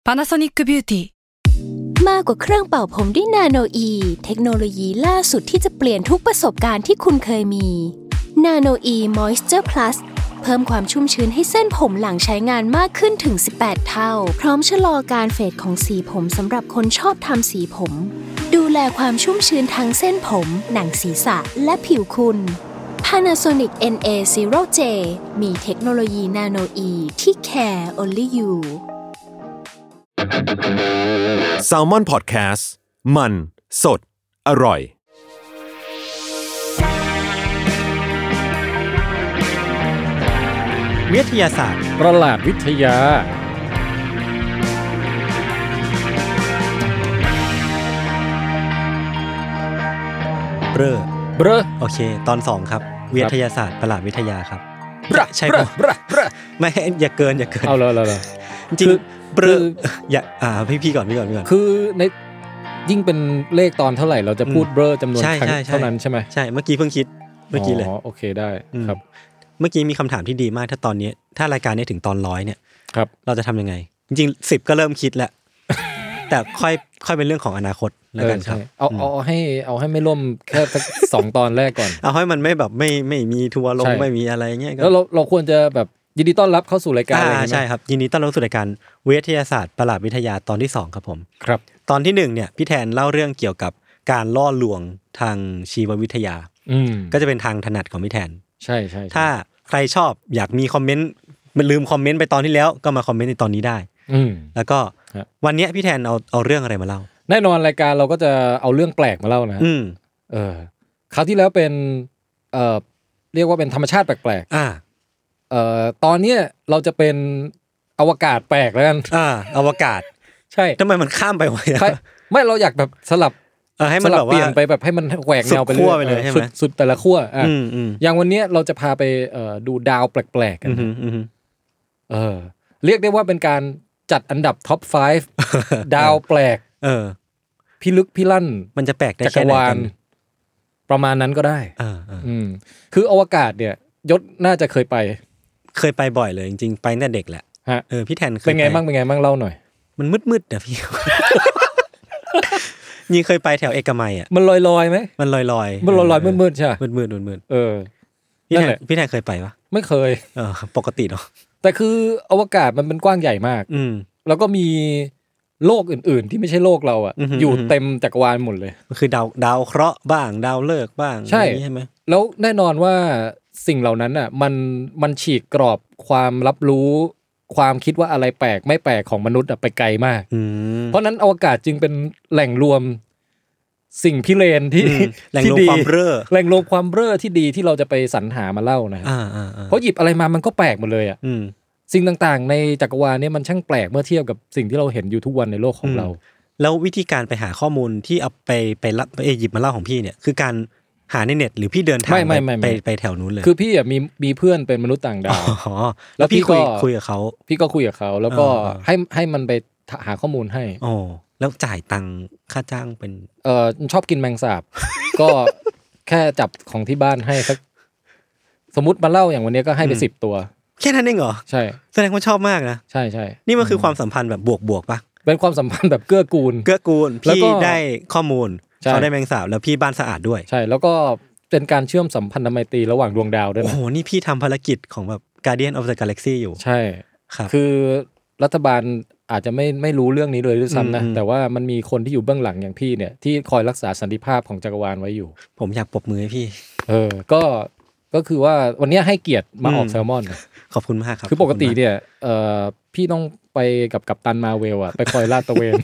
Panasonic Beauty มากกว่าเครื่องเป่าผมด้วยนาโนอีเทคโนโลยีล่าสุดที่จะเปลี่ยนทุกประสบการณ์ที่คุณเคยมีนาโนอีมอยส์เจอร์พลัสเพิ่มความชุ่มชื้นให้เส้นผมหลังใช้งานมากขึ้นถึง18เท่าพร้อมชะลอการเฟดของสีผมสำหรับคนชอบทำสีผมดูแลความชุ่มชื้นทั้งเส้นผมหนังศีรษะและผิวคุณ Panasonic NA0J มีเทคโนโลยีนาโนอีที่ care only you Salmon Podcast มันสดอร่อยวิทยาศาสตร์ประหลาดวิทยาเบ้อโอเคตอน2ครับวิทยาศาสตร์ประหลาดวิทยาครับใช่ป่ะไม่อย่าเกินเอาเลยจริงเบ้ออย่าพี่ก่อนคือในยิ่งเป็นเลขตอนเท่าไหร่เราจะพูดเบ้อจำนวนครั้งเท่านั้นใช่ไหมใช่เมื่อกี้เพิ่งคิดเมื่อกี้เลยโอเคได้ครับเมื่อกี้มีคำถามที่ดีมากถ้าตอนนี้ถ้ารายการนี้ถึงตอน100เนี่ยครับเราจะทำยังไงจริงๆ10ก็เริ่มคิดแล้วแต่ค่อยเป็นเรื่องของอนาคตแล้วกันครับเอาให้ไม่ล่มแค่สัก2ตอนแรกก่อนเอาให้มันไม่แบบไม่มีทัวร์ลงไม่มีอะไรเงี้ยแล้วเราควรจะแบบยินดีต้อนรับเข้าสู่รายการเลยใช่ครับยินดีต้อนรับสู่รายการวิทยาศาสตร์ประหลาดวิทยาตอนที่2ครับผมครับตอนที่1เนี่ยพี่แทนเล่าเรื่องเกี่ยวกับการล่อลวงทางชีววิทยาก็จะเป็นทางถนัดของพี่แทนใช่ถ้าใครชอบอยากมีคอมเมนต์มันลืมคอมเมนต์ไปตอนที่แล้วก็มาคอมเมนต์ในตอนนี้ได้แล้วก็วันนี้พี่แทนเอาเรื่องอะไรมาเล่าแน่นอนรายการเราก็จะเอาเรื่องแปลกมาเล่านะคราวที่แล้วเป็นเรียกว่าเป็นธรรมชาติแปลกๆตอนนี้เราจะเป็นอวกาศแปลกแล้วกันอวกาศใช่ทำไมมันข้ามไปวะไม่เราอยากแบบสลับให้มันแบบว่าเปลี่ยนไปแบบให้มันแหวกแนวไปเรื่อยสุดแต่ละขั้วอย่างวันนี้เราจะพาไปดูดาวแปลกๆกันเรียกได้ว่าเป็นการจัดอันดับท็อป5ดาวแปลกพิลึกพิลั่นมันจะแปลกได้แค่ไหนกันประมาณนั้นก็ได้คืออวกาศเนี่ยยศน่าจะเคยไปบ่อยเลยจริงๆไปตั้งแต่เด็กแหละพี่แทนเคยเป็นไงบ้างเล่าหน่อยมันมืดๆนะพี่นี่เคยไปแถวเอกมัยอ่ะมันลอยๆไหมมันลอยมืดๆใช่มืดพี่แทนเคยไปปะไม่เคยปกติเนาะแต่คืออวกาศมันเป็นกว้างใหญ่มากแล้วก็มีโลกอื่นๆที่ไม่ใช่โลกเราอ่ะอยู่เต็มจักรวาลหมดเลยมันคือดาวเคราะห์บ้างดาวฤกษ์บ้างใช่ไหมแล้วแน่นอนว่าสิ่งเหล่านั้นอ่ะมันฉีกกรอบความรับรู้ความคิดว่าอะไรแปลกไม่แปลกของมนุษย์ไปไกลมากเพราะนั้นอวกาศจึงเป็นแหล่งรวมสิ่งพิเรนที่แหล่งรวมความเบ้อแหล่งรวมความเบ้อที่ดีที่เราจะไปสรรหามาเล่านะเพราะหยิบอะไรมามันก็แปลกหมดเลยอ่ะสิ่งต่างๆในจักรวาลเนี่ยมันช่างแปลกเมื่อเทียบกับสิ่งที่เราเห็นอยู่ทุกวันในโลกของเราแล้ววิธีการไปหาข้อมูลที่เอาไปหยิบมาเล่าของพี่เนี่ยคือการหาในเน็ตหรือพี่เดินทางไปแถวนู้นเลยคือพี่อ่ะมีเพื่อนเป็นมนุษย์ต่างดาวแล้วพี่คุยกับเขาแล้วก็ให้มันไปหาข้อมูลให้แล้วจ่ายตังค่าจ้างเป็นชอบกินแมงสาบก็แค่จับของที่บ้านให้สักสมมุติมาเล่าอย่างวันนี้ก็ให้ไป10ตัวแค่นั้นเองเหรอใช่แสดงว่าชอบมากนะใช่ๆนี่มันคือความสัมพันธ์แบบบวกป่ะเป็นความสัมพันธ์แบบเกื้อกูลพี่ได้ข้อมูลเขาได้แมงสาบแล้วพี่บ้านสะอาดด้วยใช่แล้วก็เป็นการเชื่อมสัมพันธไมตรีระหว่างดวงดาวด้วยนะโอ้โหนี่พี่ทำภารกิจของแบบ Guardian of the Galaxy อยู่ใช่ครับคือรัฐบาลอาจจะไม่รู้เรื่องนี้เลยด้วยซ้ำนะแต่ว่ามันมีคนที่อยู่เบื้องหลังอย่างพี่เนี่ยที่คอยรักษาสันติภาพของจักรวาลไว้อยู่ผมอยากปรบมือให้พี่ก็คือว่าวันนี้ให้เกียรติมาออกแซลมอนขอบคุณมากครับคือปกติเนี่ยพี่ต้องไปกับกัปตันมาเวลอะไปคอยลาดตระเวน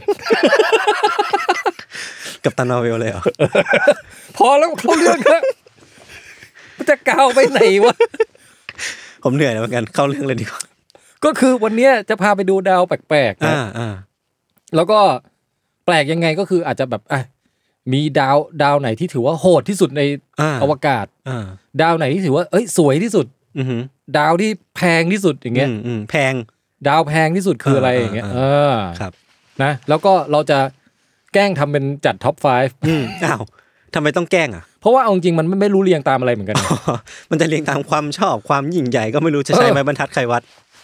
กัปตันมาเวลเลยเหรอพอแล้วเข้าเรื่องครับจะกาวไปไหนวะผมเหนื่อยแล้วเหมือนกันเข้าเรื่องเลยดีกว่าก็คือวันนี้จะพาไปดูดาวแปลกๆนะแล้วก็แปลกยังไงก็คืออาจจะแบบมีดาวไหนที่ถือว่าโหดที่สุดในอวกาศดาวไหนที่ถือว่าสวยที่สุดดาวที่แพงที่สุดอย่างเงี้ยแพงดาวแพงที่สุดคืออะไรอย่างเงี้ยครับนะแล้วก็เราจะแกล้งทำเป็นจัดท็อป5 อ้าวทำไมต้องแกล้งอ่ะเพราะว่าเอาจริงๆมันไม่รู้เรียงตามอะไรเหมือนกันมันจะเรียงตามความชอบความยิ่งใหญ่ก็ไม่รู้จะใช้ไม้บรรทัดใครวัด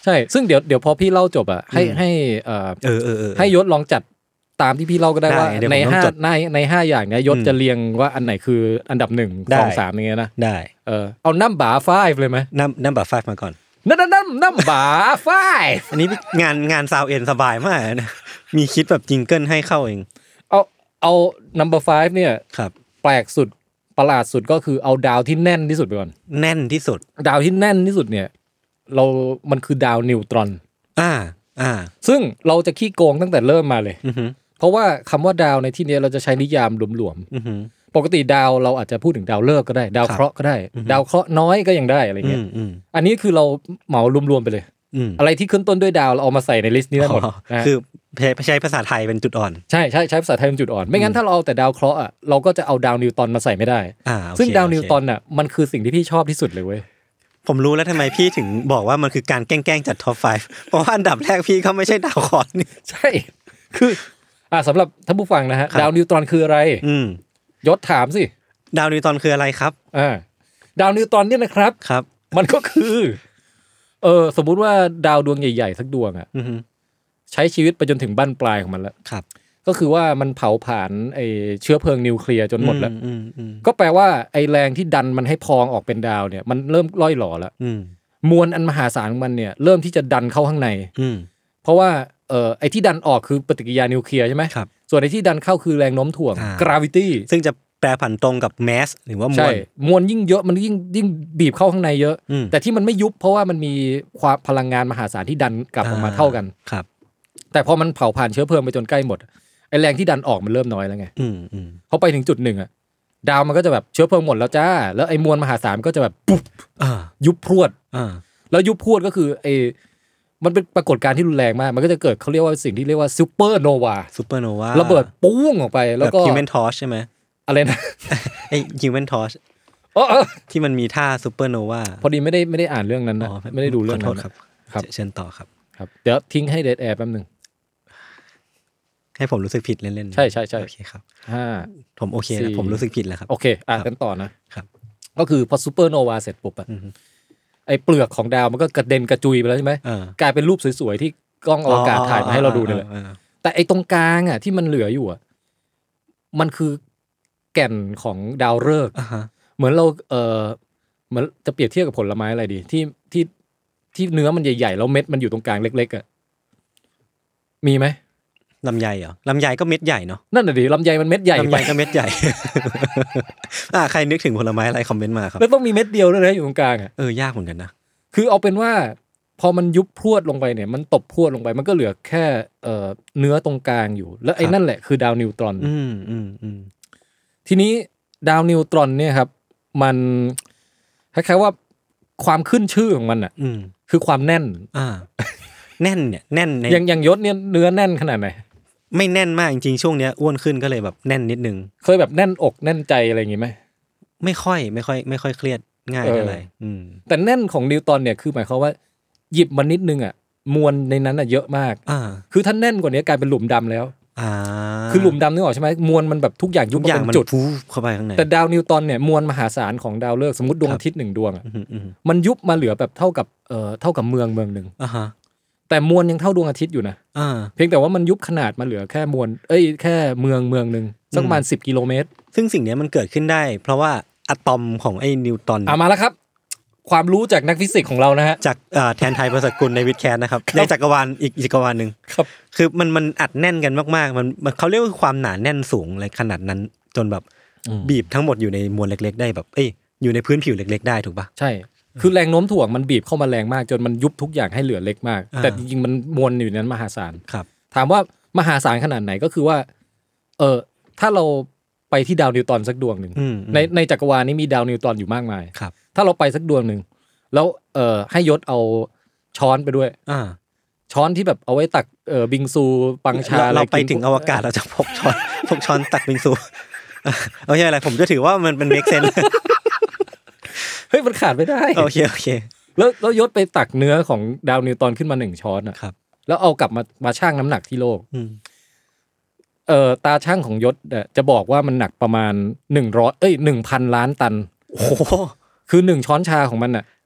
ใช่ซึ่งเดี๋ยวพอพี่เล่าจบอ่ะให้ให้ยศลองจัดตามที่พี่เล่าก็ได้ว่าใน5อย่างเนี้ยยศจะเรียงว่าอันไหนคืออันดับ1 2 3อย่างเงี้ยนะได้เอานัมเบอร์5เลยมั้ยนัมเบอร์5มาก่อนนัมเบอร์5 อันนี้งานซาวเอ็นสบายมากนะมีคิดแบบจิงเกิลให้เข้าเองเอานัมเบอร์5เนี่ยครับแปลกสุดประหลาดสุดก็คือเอาดาวที่แน่นที่สุดไปก่อนแน่นที่สุดดาวที่แน่นที่สุดเนี่ยมันคือดาวนิวตรอนซึ่งเราจะขี้โกงตั้งแต่เริ่มมาเลยเพราะว่าคำว่าดาวในที่นี้เราจะใช้นิยามหลวมๆปกติดาวเราอาจจะพูดถึงดาวฤกษ์ก็ได้ดาวเคราะห์ก็ได้ดาวเคราะห์น้อยก็ยังได้อะไรเงี้ยอันนี้คือเราเหมารวมๆไปเลยอะไรที่ขึ้นต้นด้วยดาวเราเอามาใส่ในลิสต์นี้ได้หมดคือใช้ภาษาไทยเป็นจุดอ่อนใช่ภาษาไทยเป็นจุดอ่อนไม่งั้นถ้าเราเอาแต่ดาวเคราะห์อ่ะเราก็จะเอาดาวนิวตอนมาใส่ไม่ได้ซึ่งดาวนิวตอนน่ะมันคือสิ่งที่พี่ชอบที่สุดเลยเว้ยผมรู้แล้วทำไมพี่ถึงบอกว่ามันคือการแกล้งจัดท็อป5เพราะว่าอันดับแรกพี่เขาไม่ใช่ดาวเคราะห์นี่ใช่คือสำหรับท่านผู้ฟังนะฮะดาวนิวตรอนคืออะไรยศถามสิดาวนิวตรอนคืออะไรครับดาวนิวตรอนเนี่ยนะครับมันก็คือสมมุติว่าดาวดวงใหญ่ๆสักดวงอ่ะใช้ชีวิตไปจนถึงบั้นปลายของมันแล้วก็คือว่ามันเผาผลาญไอเชื้อเพลิงนิวเคลียร์จนหมดแล้วก็แปลว่าไอแรงที่ดันมันให้พองออกเป็นดาวเนี่ยมันเริ่มล่อยหลอแล้วมวลอันมหาศาลของมันเนี่ยเริ่มที่จะดันเข้าข้างในเพราะว่าไอที่ดันออกคือปฏิกิริยานิวเคลียร์ใช่ไหมส่วนไอที่ดันเข้าคือแรงโน้มถ่วง gravity ซึ่งจะแปรผันตรงกับ mass หรือว่ามวลยิ่งเยอะมันยิ่งบีบเข้าข้างในเยอะแต่ที่มันไม่ยุบเพราะว่ามันมีความพลังงานมหาศาลที่ดันกลับออกมาเท่ากันแต่พอมันเผาผ่านเชื้อเพลิงไปจนใกล้หมดไอแรงที่ดันออกมันเริ่มน้อยแล้วไงพอไปถึงจุดหนึ่งอะดาวมันก็จะแบบเชื้อเพลิงหมดแล้วจ้าแล้วไอมวลมหาศาลก็จะแบบปุ๊บยุบพรวดแล้วยุบพรวดก็คือมันเป็นปรากฏการณ์ที่รุนแรงมากมันก็จะเกิดเขาเรียกว่าสิ่งที่เรียกว่าซูเปอร์โนวาระเบิดปุ้งออกไปแล้วก็ Human Torch ใช่ไหมอะไรนะไอ้ Human Torch ที่มันมีท่าซูเปอร์โนวาพอดีไม่ได้อ่านเรื่องนั้นนะไม่ได้ดูเรื่องนั้นครับเชิญต่อครับเดี๋ยวทิ้งให้เดดแอร์แป๊บนึงให้ผมรู้สึกผิดเล่นๆใช่โอเคครับผมโอเคแล้วผมรู้สึกผิดแล้วครับโอเคกันต่อนะครับก็คือพอซูเปอร์โนวาเสร็จปุ๊บไอ้เปลือกของดาวมันก็กระเด็นกระจุยไปแล้วใช่ไหมกลายเป็นรูปสวยๆที่กล้องอวกาศถ่ายมาให้เราดูนี่แหละแต่ไอ้ตรงกลางอ่ะที่มันเหลืออยู่อ่ะมันคือแก่นของดาวฤกษ์เหมือนเราเหมือนจะเปรียบเทียบกับผลไม้อะไรดีที่เนื้อมันใหญ่ๆแล้วเม็ดมันอยู่ตรงกลางเล็กๆอ่ะมีไหมลำไยเหรอลำไยก็เม็ดใหญ่เนาะนั่นน่ะดิลำไยมันเม็ดใหญ่ลำไยก็เม็ดใหญ่ ใครนึกถึงผลไม้อะไรคอมเมนต์มาครับแล้วต้องมีเม็ดเดียวด้วยนะอยู่ตรงกลางอ่ะยากเหมือนกันนะคือเอาเป็นว่าพอมันยุบพรวดลงไปเนี่ยมันตบพรวดลงไปมันก็เหลือแค่เนื้อตรงกลางอยู่แล้วไอ้นั่นแหละคือดาวนิวตรอนทีนี้ดาวนิวตรอนเนี่ยครับมันคล้ายๆว่าความขึ้นชื่อของมันอ่ะคือความแน่นแน่นเนี่ยแน่นในอย่างยศเนี่ยเนื้อแน่นขนาดไหนไม่แน่นมากจริงๆช่วงเนี้ยอ้วนขึ้นก็เลยแบบแน่นนิดนึงเคยแบบแน่นอกแน่นใจอะไรอย่างงี้ไหมไม่ค่อยเครียดง่ายเท่าไหร่แต่แน่นของนิวตรอนเนี่ยคือหมายความว่าหยิบมันนิดนึงอ่ะมวลในนั้นอ่ะเยอะมากคือถ้าแน่นกว่านี้กลายเป็นหลุมดำแล้วคือหลุมดำนึกออกใช่ไหมมวลมันแบบทุกอย่างยุบมาเป็นจุดเข้าไปข้างในแต่ดาวนิวตรอนเนี่ยมวลมหาศาลของดาวฤกษ์สมมติดวงอาทิตย์1ดวงอ่ะมันยุบมาเหลือแบบเท่ากับเมืองนึงแต่มวลยังเท่าดวงอาทิตย์อยู่นะเพียงแต่ว่ามันยุบขนาดมาเหลือแค่มวลแค่เมืองนึงสักประมาณ10 กิโลเมตรซึ่งสิ่งนี้มันเกิดขึ้นได้เพราะว่าอะตอมของไอ้นิวตรอนมาแล้วครับความรู้จากนักฟิสิกส์ของเรานะฮะจากแทนไทยประสกุลในวิทย์แคสนะครับในจักรวาลอีกจักรวาลนึงคือมันอัดแน่นกันมากๆมันเขาเรียกว่าความหนาแน่นสูงอะไรขนาดนั้นจนแบบบีบทั้งหมดอยู่ในมวลเล็กๆได้แบบอยู่ในพื้นผิวเล็กๆได้ถูกป่ะใช่คือแรงโน้มถ่วงมันบีบเข้ามาแรงมากจนมันยุบทุกอย่างให้เหลือเล็กมากแต่จริงๆมันมวลอยู่นั้นมหาศาลถามว่ามหาศาลขนาดไหนก็คือว่าถ้าเราไปที่ดาวนิวตรอนสักดวงนึงในจักรวาลนี้มีดาวนิวตรอนอยู่มากมายถ้าเราไปสักดวงนึงแล้วให้ยศเอาช้อนไปด้วยช้อนที่แบบเอาไว้ตักบิงซูปังชาเราไปถึงอวกาศเราจะพกช้อนตักบิงซูเอาใช่อะไรผมจะถือว่ามันเป็นเมคเซนส์เฮ้ยมันขาดไม่ได้โอเคแล้วยศไปตักเนื้อของดาวนิวตรอนขึ้นมา1ช้อนอ่ะแล้วเอากลับมาชั่งน้ำหนักที่โลกตาช่างของยศจะบอกว่ามันหนักประมาณ1,000 ล้านตันโอ้โหคือ1ช้อนชาของมันน่ะ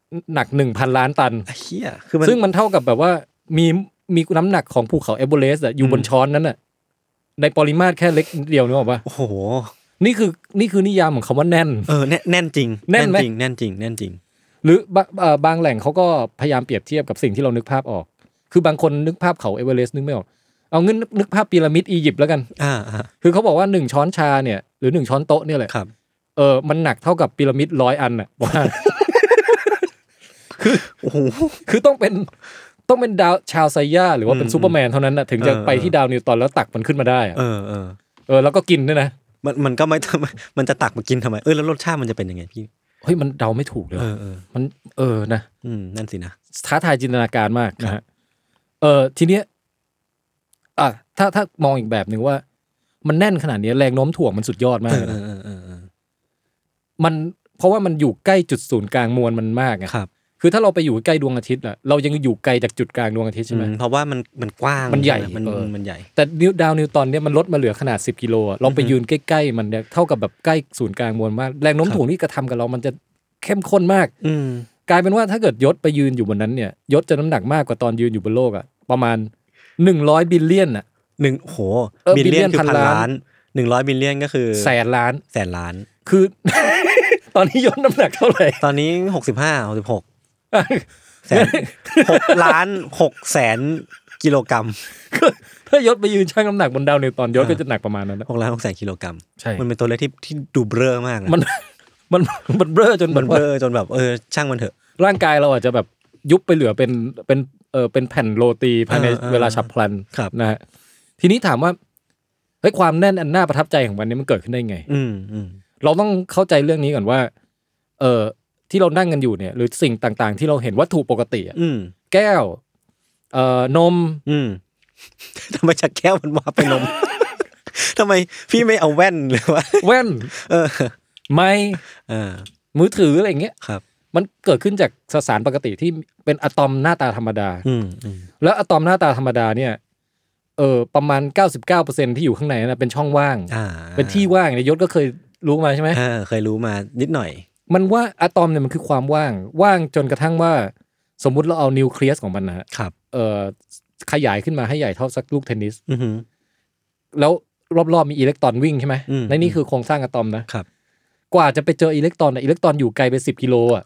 หนัก 1,000 ล้านตันเหี้ยคือซึ่งมันเท่ากับแบบว่ามีน้ำหนักของภูเขาเอเวอเรสต์อยู่บนช้อนนั้นน่ะในปริมาตรแค่เล็กเดียวนึกออกป่ะโอ้โหนี่คือนิยามของคำว่าแน่นแน่นจริงแน่นจริงแน่นจริงแน่นจริงหรือบางแหล่งเขาก็พยายามเปรียบเทียบกับสิ่งที่เรานึกภาพออกคือบางคนนึกภาพเขาเอเวอเรสต์นึกไม่ออกเอางั้นนึกภาพพีระมิดอียิปต์แล้วกันคือเขาบอกว่า1ช้อนชาเนี่ยหรือ1ช้อนโต๊ะเนี่ยแหละมันหนักเท่ากับพีระมิด100อันน่ะว่าคือโอ้โหคือต้องเป็นดาวชาวไซย่าหรือว่าเป็นซูเปอร์แมนเท่านั้นน่ะถึงจะไปที่ดาวนิวตันแล้วตักมันขึ้นมาได้แล้วก็กินด้วยนะมันก็ไม่มันจะตักมากินทำไมแล้วรสชาติมันจะเป็นยังไงพี่เฮ้ยมันเดาไม่ถูกเลยมันนะนั่นสินะท้าทายจินตนาการมากนะฮะทีเนี้ยถ้ามองอีกแบบนึงว่ามันแน่นขนาดนี้แรงโน้มถ่วงมันสุดยอดมากมันเพราะว่ามันอยู่ใกล้จุดศูนย์กลางมวลมันมากไงคือถ้าเราไปอยู่ใกล้ดวงอาทิตย์อะเรายังอยู่ไกลจากจุดกลางดวงอาทิตย์ใช่ไหมเพราะว่ามันกว้างมันใหญ่มันใหญ่แต่ดาวนิวตันเนี่ยมันลดมาเหลือขนาด10กิโลลองไปยืนใกล้ๆมันเนี่ยเท่ากับแบบใกล้ศูนย์กลางมวลมากแรงโน้มถ่วงที่กระทำกับเรามันจะเข้มข้นมากกลายเป็นว่าถ้าเกิดยศไปยืนอยู่บนนั้นเนี่ยยศจะน้ำหนักมากกว่าตอนยืนอยู่บนโลกอะประมาณ100บิลเลียนอะโหบิลเลียนคือพันล้าน100บิลเลียนก็คือแสนล้านคือตอนนี้ยศน้ำหนักเท่าไหร่ตอนนี้666ล้าน6แสนกิโลกรัมถ้ายศไปยืนชั่งน้ำหนักบนดาวนิวตันยศก็จะหนักประมาณนั้น 6ล้าน6แสนกิโลกรัมใช่มันเป็นตัวเลขที่ดูเบ้อมากมันเบ้อจนแบบช่างมันเถอะร่างกายเราอาจจะแบบยุบไปเหลือเป็นแผ่นโรตีภายในเวลาฉับพลันนะฮะทีนี้ถามว่าเฮ้ยความแน่นอันน่าประทับใจของมันนี้มันเกิดขึ้นได้ไงเราต้องเข้าใจเรื่องนี้ก่อนว่าที่เรานั่งกันอยู่เนี่ยหรือสิ่งต่างๆที่เราเห็นวัตถุปกติแก้วนมทำไมจากแก้วมันมาเป็นนมทำไมพี่ไม่เอาแว่นหรือว่าแว่นไม้มือถืออะไรอย่างเงี้ยมันเกิดขึ้นจากสสารปกติที่เป็นอะตอมหน้าตาธรรมดาแล้วอะตอมหน้าตาธรรมดาเนี่ยประมาณ 99% ที่อยู่ข้างในนะเป็นช่องว่างเป็นที่ว่างเนี่ยยศก็เคยรู้มาใช่ไหมเคยรู้มานิดหน่อยมันว่าอะตอมเนี่ยมันคือความว่างจนกระทั่งว่าสมมุติเราเอานิวเคลียสของมันนะครับขยายขึ้นมาให้ใหญ่เท่าสักลูกเทนนิสแล้วรอบๆมีอิเล็กตรอนวิ่งใช่ไหมในนี่คือโครงสร้างอะตอมนะครับกว่าจะไปเจออิเล็กตรอนอิเล็กตรอนอยู่ไกลไป10กิโลอ่ะ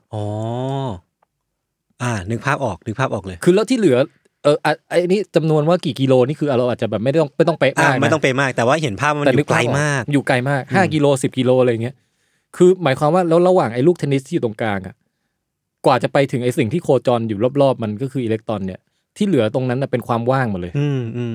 นึกภาพออกเลยคือแล้วที่เหลือไอ้นี่จำนวนว่ากี่กิโลนี่คือเราอาจจะแบบไม่ต้องเป๊ะมากไม่ต้องเป๊ะมากแต่ว่าเห็นภาพมันอยู่ไกลมาก 5กิโล10กิโลอะไรเงี้ยคือหมายความว่าแล้วระหว่างไอ้ลูกเทนนิสที่อยู่ตรงกลางอ่ะกว่าจะไปถึงไอ้สิ่งที่โคจรอยู่รอบๆมันก็คืออิเล็กตรอนเนี่ยที่เหลือตรงนั้นเป็นความว่างหมดเลย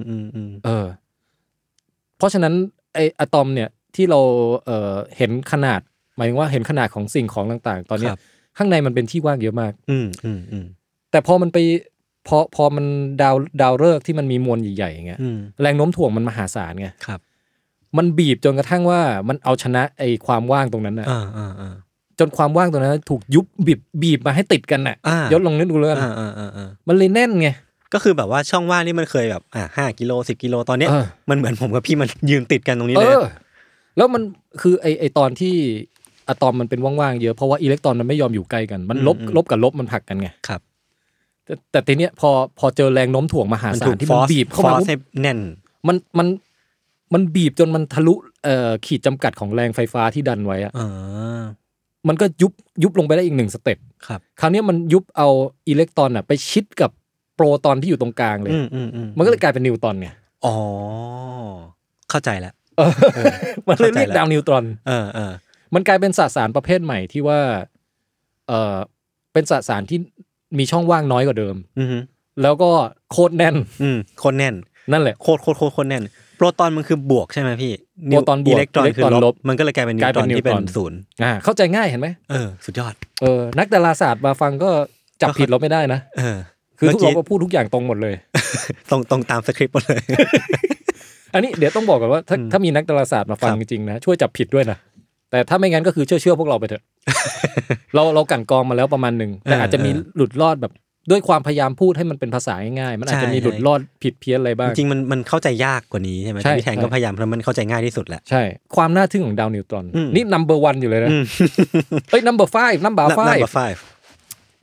เพราะฉะนั้นไอ้อะตอมเนี่ยที่เราเห็นขนาดหมายถึงว่าเห็นขนาดของสิ่งของต่างๆตอนนี้ข้างในมันเป็นที่ว่างเยอะมากแต่พอมันไปพอมันดาวฤกษ์ที่มันมีมวลใหญ่ๆอย่างเงี้ยแรงโน้มถ่วงมันมหาศาลไงมันบีบจนกระทั่งว่ามันเอาชนะไอ้ความว่างตรงนั้นน่ะจนความว่างตรงนั้นถูกยุบบีบมาให้ติดกันน่ะยศลองนึกดูเลยมันเลยแน่นไงก็คือแบบว่าช่องว่างนี่มันเคยแบบ5กิโล10กิโลตอนนี้มันเหมือนผมกับพี่มันยืนติดกันตรงนี้เลยแล้วมันคือไอ้ตอนที่อะตอมมันเป็นว่างๆเยอะเพราะว่าอิเล็กตรอนมันไม่ยอมอยู่ใกล้กันมันลบกับลบมันผลักกันไงครับแต่ทีเนี้ยพอเจอแรงโน้มถ่วงมหาศาลที่มันบีบเข้ามาให้แน่นมันบีบจนมันทะลุขีดจำกัดของแรงไฟฟ้าที่ดันไว้อะมันก็ยุบลงไปได้อีก1สเต็ปคราวนี้มันยุบเอาอิเล็กตรอนไปชิดกับโปรตอนที่อยู่ตรงกลางเลยมันก็เลยกลายเป็นนิวตรอนไงเข้าใจแล้วมันเลยเรียกดาวนิวตรอนมันกลายเป็นสสารประเภทใหม่ที่ว่าเป็นสสารที่มีช่องว่างน้อยกว่าเดิมแล้วก็โคตรแน่นโคตรแน่นนั่นแหละโคตรแน่นโปรตอนมันคือบวกใช่ไหมพี่โปรตอนบวกอิเล็กตรอนคือลบมันก็เลยกลายเป็นนิวตรอนที่เป็นศูนย์เข้าใจง่ายเห็นไหมสุดยอดนักดาราศาสตร์มาฟังก็จับผิดเราไม่ได้นะคือทุกเราก็พูดทุกอย่างตรงหมดเลยตรงตามสคริปต์หมดเลยอันนี้เดี๋ยวต้องบอกกันว่าถ้ามีนักดาราศาสตร์มาฟังจริงๆนะช่วยจับผิดด้วยนะแต่ถ้าไม่งั้นก็คือเชื่อพวกเราไปเถอะเรากั่นกรองมาแล้วประมาณนึงแต่อาจจะมีหลุดรอดแบบด้วยความพยายามพูดให้มันเป็นภาษาง่ายๆมันอาจจะมีหลุดรอดผิดเพี้ยนอะไรบ้างจริงๆมันเข้าใจยากกว่านี้ใช่ไหมพี่แทนก็พยายามทำมันเข้าใจง่ายที่สุดแหละใช่ความน่าทึ่งของดาวนิวตรอนนี่ number 1อยู่เลยนะnumber 5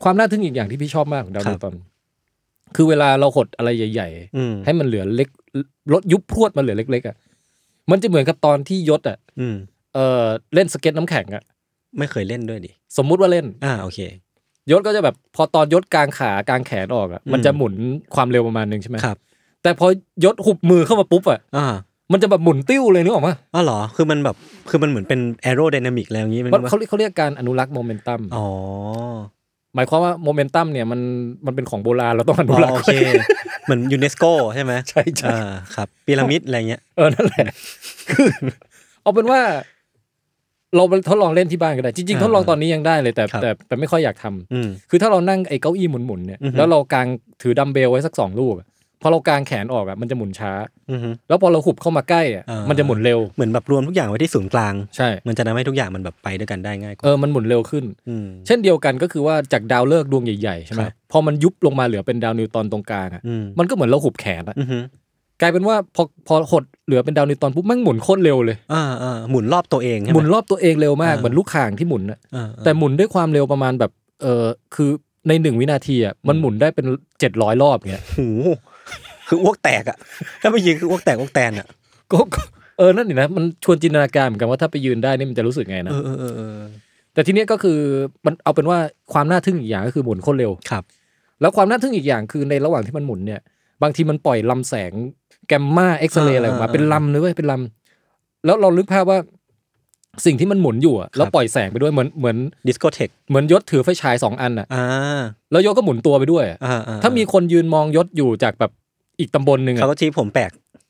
ความน่าทึ่งอีกอย่างที่พี่ชอบมากของดาวนิวตันคือเวลาเราหดอะไรใหญ่ๆให้มันเหลือเล็กลดยุบพรวดมาเหลือเล็กๆอ่ะมันจะเหมือนกับตอนที่ยศอ่ะเล่นสเก็ตน้ำแข็งอ่ะไม่เคยเล่นด้วยดิสมมุติว่าเล่นโอเคยศก็จะแบบพอตอนยศกลางขากลางแขนออกอ่ะมันจะหมุนความเร็วประมาณนึงใช่ไหมครับแต่พอยศหุบมือเข้ามาปุ๊บอ่ะมันจะแบบหมุนติ้วเลยนึกออกมั้ยเหรอคือมันแบบคือมันเหมือนเป็นแอโรไดนามิกอะไรอย่างงี้มันเขาเรียกการอนุรักษ์โมเมนตัมหมายความว่าโมเมนตัมเนี่ยมันเป็นของโบราณเราต้องอนุรักษ์โอเคเหมือนยูเนสโกใช่ไหมใช่ครับพีระมิดอะไรเงี้ยนั่นแหละคือเอาเป็นว่าเราทดลองเล่นที่บ้านก็ได้จริงๆทดลองตอนนี้ยังได้เลยแต่ไม่ค่อยอยากทำคือถ้าเรานั่งไอ้เก้าอี้หมุนๆเนี่ยแล้วเรากางถือดัมเบลไว้สัก2 ลูกพอเรากางแขนออกมันจะหมุนช้าแล้วพอเราหุบเข้ามาใกล้มันจะหมุนเร็วเหมือนแบบรวมทุกอย่างไว้ที่ศูนย์กลางใช่มันจะทำให้ทุกอย่างมันแบบไปด้วยกันได้ง่ายกว่ามันหมุนเร็วขึ้นเช่นเดียวกันก็คือว่าจากดาวฤกษ์ดวงใหญ่ๆใช่ไหมพอมันยุบลงมาเหลือเป็นดาวนิวตันตรงกลางมันก็เหมือนเราหุบแขนกลายเป็นว่าพอหดเหลือเป็นดาวนิวตันปุ๊บมันหมุนโคตรเร็วเลยหมุนรอบตัวเองหมุนรอบตัวเองเร็วมากเหมือนลูกข่างที่หมุนแต่หมุนด้วยความเร็วประมาณแบบคือใน1 วินาทีมันหมุนได้เป็น700 รอบเงี้ยคืออ้วกแตกถ้าไปยืนคืออ้วกแตกอ้วกแตนก็นั่นนี่นะมันชวนจินตนาการเหมือนกันว่าถ้าไปยืนได้นี่มันจะรู้สึกไงนะแต่ทีนี้ก็คือมันเอาเป็นว่าความน่าทึ่งอีกอย่างก็คือหมุนโคตรเร็วครับแล้วความน่าทึ่งอีกอย่างคือในระหว่างที่มันหมุนเนี่ยบางทีมันปล่อยลำแสงแกมมาเอ็กซเรย์อะไรออกมาเป็นลำเลยเว้ยเป็นลำแล้วเราลึกภาพว่าสิ่งที่มันหมุนอยู่แล้วปล่อยแสงไปด้วยเหมือนดิสโกเทคเหมือนยศถือไฟฉาย2 อันแล้วยศก็หมุนตัวไปด้วยถ้ามีคนยืนมองยศอยู่จากแบบอีกตำบลนึงเขาก็ชี้ผมแปลก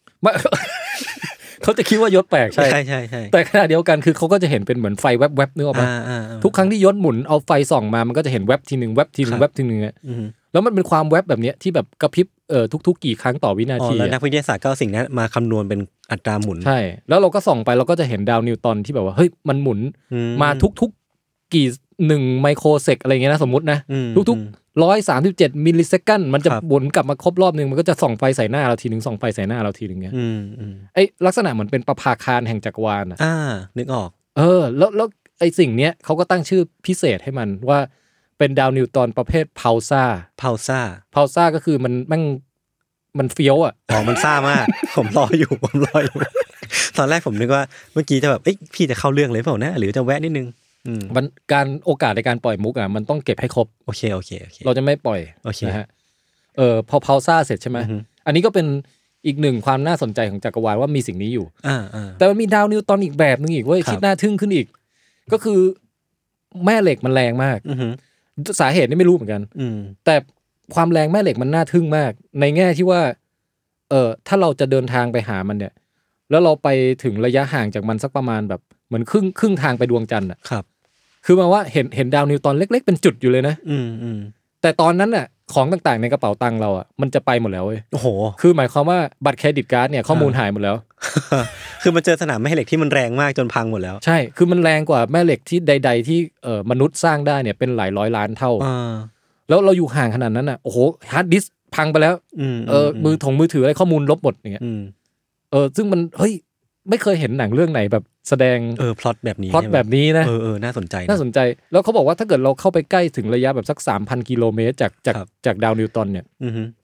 เขาจะคิดว่ายศแปลกใช่แต่ขณะเดียวกันคือเขาก็จะเห็นเป็นเหมือนไฟแวบๆนึกออกป่ะทุกครั้งที่ยศหมุนเอาไฟส่องมามันก็จะเห็นแวบทีนึงแวบทีนึงแวบทีนึงแล้วมันเป็นความแวบแบบนี้ที่แบบกระพริบทุกๆกี่ครั้งต่อวินาทีแล้วนักวิทยาศาสตร์ก็เอาสิ่งนั้นมาคำนวณเป็นอัตราหมุนใช่แล้วเราก็ส่องไปเราก็จะเห็นดาวนิวตันที่แบบว่าเฮ้ยมันหมุนมาทุกๆกี่1 ไมโครเซกอะไรเงี้ยนะสมมุตินะทุก137 มิลลิเซคันมันจะหมุนกลับมาครบรอบนึงมันก็จะส่องไฟใส่หน้าเราทีนึงส่องไฟใส่หน้าเราทีนึงเงี้ยไอ้ลักษณะเหมือนเป็นประภาคารแห่งจักรวาลนึกออกแล้วไอ้สิ่งเนี้ยเขาก็ตั้งชื่อพิเศษให้มันว่าเป็นดาวนิวตันประเภทพาวซ่าก็คือมันเฟี้ยวมันซ่ามากผมรออยู่ตอนแรกผมนึกว่าเมื่อกี้จะแบบพี่จะเข้าเรื่องเลยเปล่านะหรือจะแวะนิดนึงมันการโอกาสในการปล่อยมุกมันต้องเก็บให้ครบโอเคเราจะไม่ปล่อยนะฮะพอพาวซ่าเสร็จใช่ไหมอันนี้ก็เป็นอีกหนึ่งความน่าสนใจของจักรวาลว่ามีสิ่งนี้อยู่แต่มันมีดาวนิวตันอีกแบบนึงอีกเว้ยคิดน่าทึ่งขึ้นอีกก็คือแม่เหล็กมันแรงมากสาเหตุนี่ไม่รู้เหมือนกันแต่ความแรงแม่เหล็กมันน่าทึ่งมากในแง่ที่ว่าถ้าเราจะเดินทางไปหามันเนี่ยแล้วเราไปถึงระยะห่างจากมันสักประมาณแบบเหมือนครึ่งทางไปดวงจันทร์ครับคือมาว่าเห็นดาวนิวตันเล็กๆเป็นจุดอยู่เลยนะแต่ตอนนั้นน่ะของต่างๆในกระเป๋าตังค์เรามันจะไปหมดแล้วเว้ยโอ้โหคือหมายความว่าบัตรเครดิตการ์ดเนี่ยข้อมูลหายหมดแล้วคือมันเจอสนามแม่เหล็กที่มันแรงมากจนพังหมดแล้วใช่คือมันแรงกว่าแม่เหล็กที่ใดๆที่มนุษย์สร้างได้เนี่ยเป็นหลายร้อยล้านเท่าแล้วเราอยู่ห่างขนาดนั้นน่ะโอ้โหฮาร์ดดิสก์พังไปแล้วมือถืออะไรข้อมูลลบหมดอย่างเงี้ยซึ่งมันเฮ้ยไม่เคยเห็นหนังเรื่องไหนแบบแสดงพล็อตแบบนี้นะน่าสนใจแล้วเขาบอกว่าถ้าเกิดเราเข้าไปใกล้ถึงระยะแบบสัก 3,000 กิโลเมตรจากดาวนิวตันเนี่ย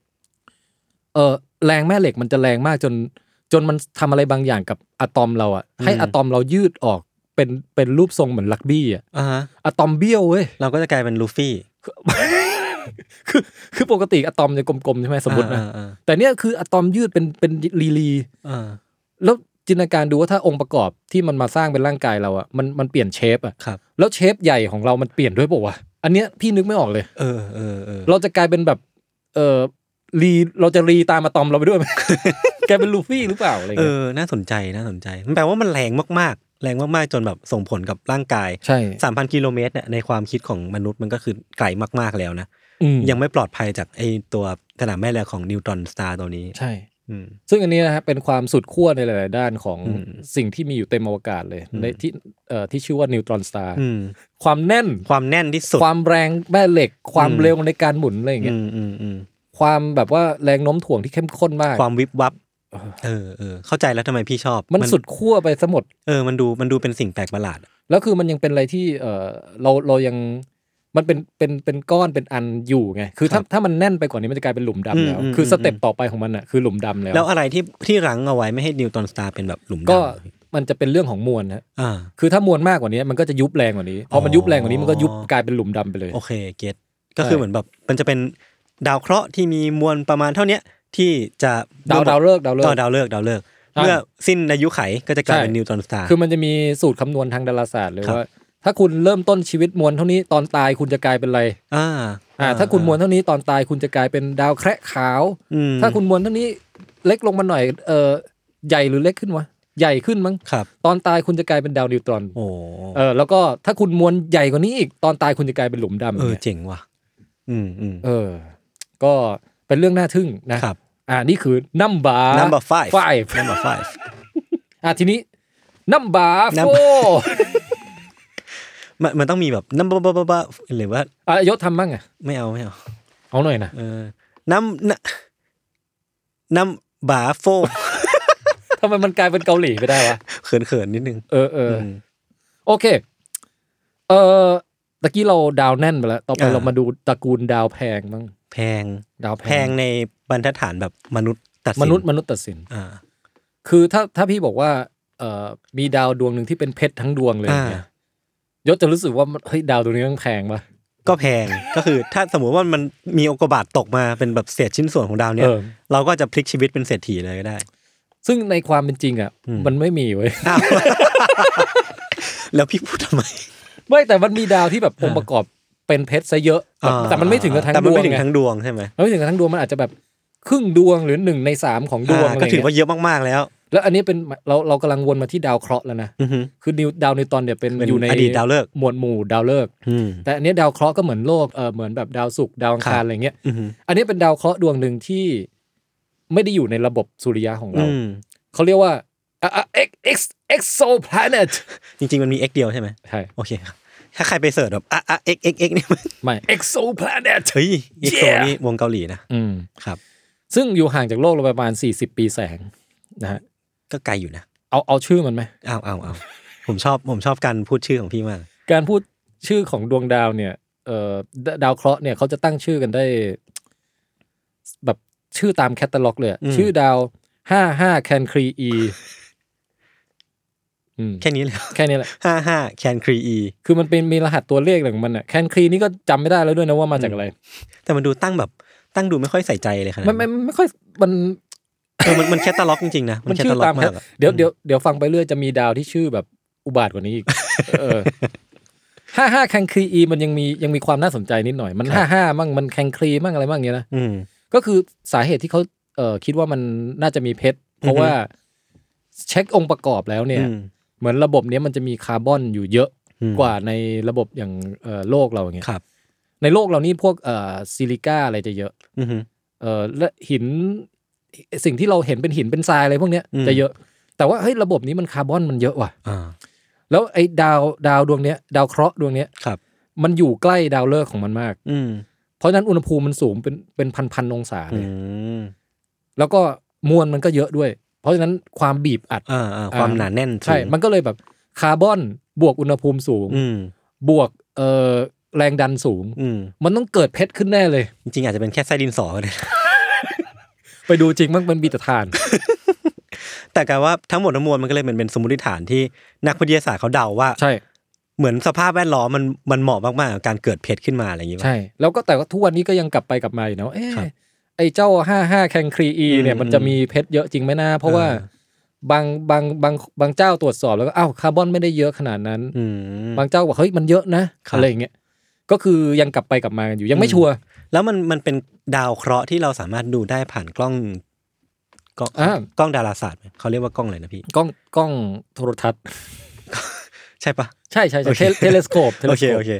แรงแม่เหล็กมันจะแรงมากจนมันทำอะไรบางอย่างกับอะตอมเราให้อะตอมเรายืดออกเป็นรูปทรงเหมือนลักบี้อะตอมเบี้ยวเว้ยเราก็จะกลายเป็นลูฟี่คือปกติอะตอมจะกลมๆใช่ไหมสมมตินะแต่เนี้ยคืออะตอมยืดเป็นลีแล้วจินตนาการดูว่าถ้าองค์ประกอบที่มันมาสร้างเป็นร่างกายเรามันเปลี่ยนเชฟแล้วเชฟใหญ่ของเรามันเปลี่ยนด้วยป่าววะอันเนี้ยพี่นึกไม่ออกเลยเราจะกลายเป็นแบบเราจะรีตามอะตอมเราไปด้วยมั้ยกลายเป็นลูฟี่หรือเปล่าอะไรเงี้ยน่าสนใจมันแปลว่ามันแรงมากจนแบบส่งผลกับร่างกายใช่ 3,000 กิโลเมตรเนี่ยในความคิดของมนุษย์มันก็คือไกลมากๆแล้วนะยังไม่ปลอดภัยจากไอ้ตัวสนามแม่เหล็กของนิวตรอนสตาร์ตัวนี้ใช่ซึ่งอันนี้นะฮะเป็นความสุดขั้วในหลายๆด้านของสิ่งที่มีอยู่เต็มอวกาศเลยในที่ชื่อว่านิวตรอนสตาร์ความแน่นที่สุดความแรงแม่เหล็กความเร็วในการหมุนอะไรอย่างเงี้ยความแบบว่าแรงโน้มถ่วงที่เข้มข้นมากความวิบวับเข้าใจแล้วทำไมพี่ชอบมันสุดขั้วไปซะหมดมันดูเป็นสิ่งแปลกประหลาดแล้วคือมันยังเป็นอะไรที่เรายังมันเป็นก้อนเป็นอันอยู่ไงคือถ้ามันแน่นไปกว่านี้มันจะกลายเป็นหลุมดำแล้วคือสเต็ปต่อไปของมันอ่ะคือหลุมดำแล้วอะไรที่รั้งเอาไว้ไม่ให้นิวตรอนสตาร์เป็นแบบหลุมดำก็มันจะเป็นเรื่องของมวลนะคือถ้ามวลมากกว่านี้มันก็จะยุบแรงกว่านี้พอมันยุบแรงกว่านี้มันก็ยุบกลายเป็นหลุมดำไปเลยโอเคเก็ทก็คือเหมือนแบบมันจะเป็นดาวเคราะห์ที่มีมวลประมาณเท่านี้ที่จะดาวฤกษ์เมื่อสิ้นอายุไขก็จะกลายเป็นนิวตรอนสตาร์คือมันจะมีสูตรคำนวณทางดาราศาสตร์เลยว่าถ้าคุณเริ่มต้นชีวิตมวลเท่านี้ตอนตายคุณจะกลายเป็นอะไรถ้าคุณมวลเท่านี้ตอนตายคุณจะกลายเป็นดาวแคระขาวถ้าคุณมวลเท่านี้เล็กลงมาหน่อยใหญ่หรือเล็กขึ้นวะใหญ่ขึ้นมั้งตอนตายคุณจะกลายเป็นดาวนิวตรอนแล้วก็ถ้าคุณมวลใหญ่กว่านี้อีกตอนตายคุณจะกลายเป็นหลุมดำเจ๋งว่ะก็เป็นเรื่องน่าทึ่งนะครับนี่คือ number 5ทีนี้ number 4มันต้องมีแบบ number หรือว่ายศทำบ้างอะไม่เอาเอาหน่อยนะ number 4 ทำไมมันกลายเป็นเกาหลีไปได้วะเขินนิดนึงโอเคตะกี้เราดาวแน่นไปแล้วต่อไปเรามาดูตระกูลดาวแพงบ้างดาวแพงในบรรทัดฐานแบบมนุษย์ตัดสินมนุษย์ตัดสินคือถ้าพี่บอกว่ามีดาวดวงนึงที่เป็นเพชรทั้งดวงเลยเนี่ยยศจะรู้สึกว่าเฮ้ยดาวดวงนี้มันแพงป่ะก็แพงก็คือถ้าสมมุติว่ามันมีอุกกาบาตตกมาเป็นแบบเศษชิ้นส่วนของดาวเนี่ยเราก็จะพลิกชีวิตเป็นเศรษฐีเลยก็ได้ซึ่งในความเป็นจริงอ่ะมันไม่มีเว้ยแล้วพี่พูดทำไมไม่แต่มันมีดาวที่แบบองค์ประกอบเป็นเพชรซะเยอะแต่มันไม่ถึงกับทั้งดวงแต่มันไม่ถึงทั้งดวงใช่ไหมไม่ถึงกับทั้งดวงมันอาจจะแบบครึ่งดวงหรือ1 ใน 3ของดวงก็ถือว่าเยอะมากๆแล้วแล้วอันนี้เป็นเรากำลังวนมาที่ดาวเคราะห์แล้วนะคือดาวนิวตรอนเนี่ยเป็นอยู่ในอดีตดาวฤกษ์หมวดหมู่ดาวฤกษ์แต่อันนี้ดาวเคราะห์ก็เหมือนโลกเหมือนแบบดาวศุกร์ดาวอังคารอะไรเงี้ยอันนี้เป็นดาวเคราะห์ดวงนึงที่ไม่ได้อยู่ในระบบสุริยะของเราเขาเรียกว่าexoplanet จริงๆมันมี x เดียวใช่ไหมใช่โอเคถ้าใครไปเสิร์ชแบบx นี่ไม่ exoplanet เฮ้ย exo นี่วงเกาหลีนะครับซึ่งอยู่ห่างจากโลกเราประมาณ40 ปีแสงนะฮะก็ไกลอยู่นะเอาชื่อมันไหมเอาผมชอบการพูดชื่อของพี่มากการพูดชื่อของดวงดาวเนี่ยดาวเคราะห์เนี่ยเขาจะตั้งชื่อกันได้แบบชื่อตามแคตตาล็อกเลยชื่อดาว55 Cancri-E แค่นี้เลยแค่นี้แหละ 55 Cancri-E คือมันเป็นมีรหัสตัวเลขของมันอ่ะ Cancri นี่ก็จำไม่ได้แล้วด้วยนะว่ามาจากอะไรแต่มันดูตั้งดูไม่ค่อยใส่ใจเลยครับมันไม่ค่อยมันแคตตาล็อกจริงๆนะมันแคตตาล็อกมากเดี๋ยวฟังไปเรื่อยจะมีดาวที่ชื่อแบบอุบาทกว่านี้อีก55 Cancri-E มันยังมีความน่าสนใจนิดหน่อยมัน55มั่งมัน Cancri มั่งอะไรมั่งเงี้ยนะก็คือสาเหตุที่เขาคิดว่ามันน่าจะมีเพชรเพราะว่าเช็คองค์ประกอบแล้วเนี่ยเหมือนระบบนี้มันจะมีคาร์บอนอยู่เยอะกว่าในระบบอย่างโลกเราอย่างเงี้ยในโลกเรานี่พวกซิลิก้าอะไรจะเยอะและหินสิ่งที่เราเห็นเป็นหินเป็นทรายอะไรพวกเนี้ยจะเยอะแต่ว่าเฮ้ยระบบนี้มันคาร์บอนมันเยอะว่ะแล้วไอ้ดาวดวงเนี้ยดาวเคราะห์ดวงเนี้ยมันอยู่ใกล้ดาวฤกษ์ของมันมากเพราะฉะนั้นอุณหภูมิมันสูงเป็นพันองศาเลยแล้วก็มวลมันก็เยอะด้วยเพราะฉะนั้นความบีบอัดความหนาแน่นใช่มันก็เลยแบบคาร์บอนบวกอุณหภูมิสูงบวกแรงดันสูงมันต้องเกิดเพชรขึ้นแน่เลยจริงๆอาจจะเป็นแค่ไส้ดินสอก็ได้ไปดูจริงมันมีแต่ถ่านแต่กลายว่าทั้งหมดทั้งมวลมันก็เลยเป็นสมมติฐานที่นักวิทยาศาสตร์เขาเดาว่าใช่เหมือนสภาพแวดล้อมมันเหมาะมากๆกับการเกิดเพชรขึ้นมาอะไรอย่างงี้ป่ะใช่แล้วก็แต่ว่าทุกวันนี้ก็ยังกลับไปกลับมาอยู่นะไอ้เจ้า55 Cancri-E เนี่ยมันจะมีเพชรเยอะจริงไหมนะเพราะว่าบางเจ้าตรวจสอบแล้วก็คาร์บอนไม่ได้เยอะขนาดนั้นบางเจ้าบอกเฮ้ยมันเยอะนะอะไรอย่างเงี้ยก็คือยังกลับไปกลับมาอยู่ยังไม่ชัวร์แล้วมันเป็นดาวเคราะห์ที่เราสามารถดูได้ผ่านกล้องดาราศาสตร์เขาเรียกว่ากล้องอะไรนะพี่กล้องโทรทัศน์ใช่ปะใช่เทเลสโคปโอเค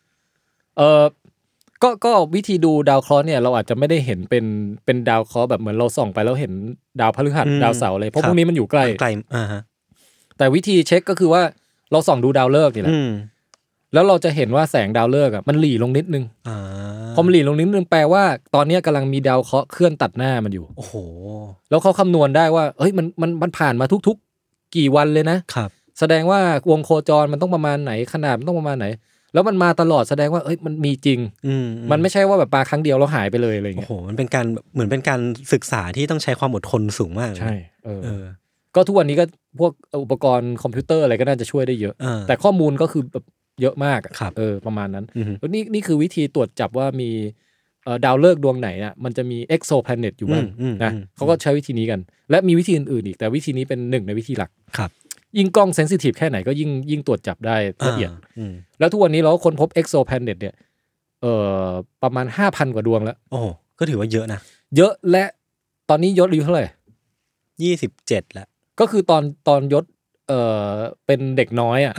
ก็วิธีดูดาวเคราะห์เนี่ยเราอาจจะไม่ได้เห็นเป็นดาวเคราะห์แบบเหมือนเราส่องไปแล้วเห็นดาวพฤหัสดาวเสาร์อะไรเพราะพวกนี้มันอยู่ใกล้แต่วิธีเช็คก็คือว่าเราส่องดูดาวฤกษ์นี่แหละแล้วเราจะเห็นว่าแสงดาวฤกษ์อ่ะมันหลีลงนิดนึงพอมันหลีลงนิดนึงแปลว่าตอนนี้กำลังมีดาวเคราะห์เคลื่อนตัดหน้ามันอยู่โอ้โหแล้วเขาคำนวณได้ว่าเฮ้ยมันผ่านมาทุกกี่วันเลยนะครับแสดงว่าวงโคจรมันต้องประมาณไหนขนาดมันต้องประมาณไหนแล้วมันมาตลอดแสดงว่าเอ้ยมันมีจริงมันไม่ใช่ว่าแบบมาครั้งเดียวแล้วหายไปเลยอะไรเงี้ยโอ้โหมันเป็นการเหมือนเป็นการศึกษาที่ต้องใช้ความอดทนสูงมากใช่ก็ทุกวันนี้ก็พวกอุปกรณ์คอมพิวเตอร์อะไรก็น่าจะช่วยได้เยอะแต่ข้อมูลก็คือแบบเยอะมากประมาณนั้นแล้วนี่คือวิธีตรวจจับว่ามีดาวฤกษ์ดวงไหนอ่ะมันจะมี exoplanet อยู่บ้างนะเขาก็ใช้วิธีนี้กันและมีวิธีอื่นๆอีกแต่วิธีนี้เป็นหนึ่งในวิธีหลักยิ่งกล้องเซนซิทีฟแค่ไหนก็ยิ่งตรวจจับได้ละเอียดแล้วทุกวันนี้เราค้นพบ exoplanet เนี่ยประมาณ 5,000 กว่าดวงแล้วโอ้ก็ถือว่าเยอะนะเยอะและตอนนี้ยศอายุเท่าไหร่ 27แล้วก็คือตอนยศเป็นเด็กน้อยอ่ะ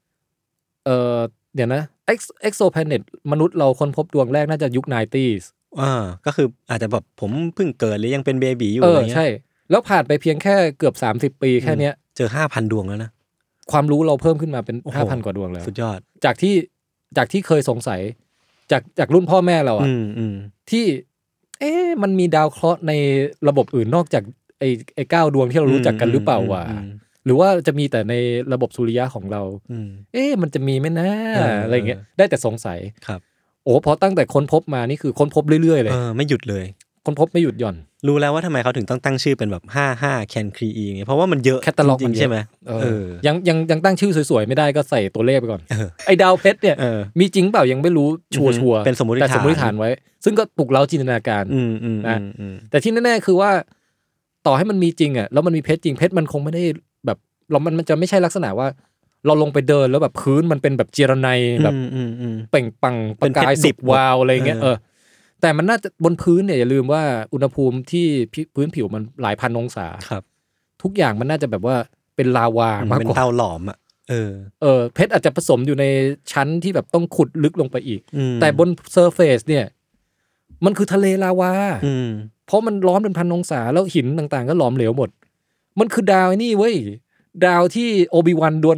เดี๋ยวนะ exoplanet มนุษย์เราค้นพบดวงแรกน่าจะยุค 90s ก็คืออาจจะแบบผมเพิ่งเกิดหรือยังเป็นเบบีอยู่อะไรเงี้ยใช่แล้วผ่านไปเพียงแค่เกือบ30ปีแค่เนี้ยเจอ 5,000 ดวงแล้วนะความรู้เราเพิ่มขึ้นมาเป็น 5,000 กว่าดวงแล้วสุดยอดจากที่เคยสงสัยจากรุ่นพ่อแม่เราอ่ะที่มันมีดาวเคราะห์ในระบบอื่นนอกจากไอ้9ดวงที่เรารู้จักกันหรือเปล่าวะหรือว่าจะมีแต่ในระบบสุริยะของเรามันจะมีไหมนะอะไรเงี้ยได้แต่สงสัยครับโอ้พอตั้งแต่ค้นพบมานี่คือค้นพบเรื่อยๆเลยไม่หยุดเลยค้นพบไม่หยุดหย่อนรู้แล้วว่าทำไมเขาถึงต้องตั้งชื่อเป็นแบบ55 Can Cree ไงเพราะว่ามันเยอะแคตตาล็อกมันใช่ไหมยังตั้งชื่อสวยๆไม่ได้ก็ใส่ตัวเลขไปก่อนไอ้ดาวเพชรเนี่ยมีจริงเปล่ายังไม่รู้ชัวร์เป็นสมมติฐานไว้ซึ่งก็ปลุกเร้าจินตนาการนะแต่ที่แน่ๆคือว่าต่อให้มันมีจริงอ่ะแล้วมันมีเพชรจริงเพชรมันคงไม่ได้แบบมันจะไม่ใช่ลักษณะว่าเราลงไปเดินแล้วแบบพื้นมันเป็นแบบเจรไนแบบเปล่งปังประกายสุดวาวอะไรเงี้ยแต่มันน่าจะบนพื้นเนี่ยอย่าลืมว่าอุณหภูมิที่พื้นผิวมันหลายพันองศาครับทุกอย่างมันน่าจะแบบว่าเป็นลาวามากกว่าเป็นเตาหลอมอ่ะเพชรอาจจะผสมอยู่ในชั้นที่แบบต้องขุดลึกลงไปอีกแต่บนเซอร์เฟซเนี่ยมันคือทะเลลาวาเพราะมันร้อนเป็นพันองศาแล้วหินต่างๆก็หลอมเหลวหมดมันคือดาวนี่เว้ยดาวที่โอบิวันด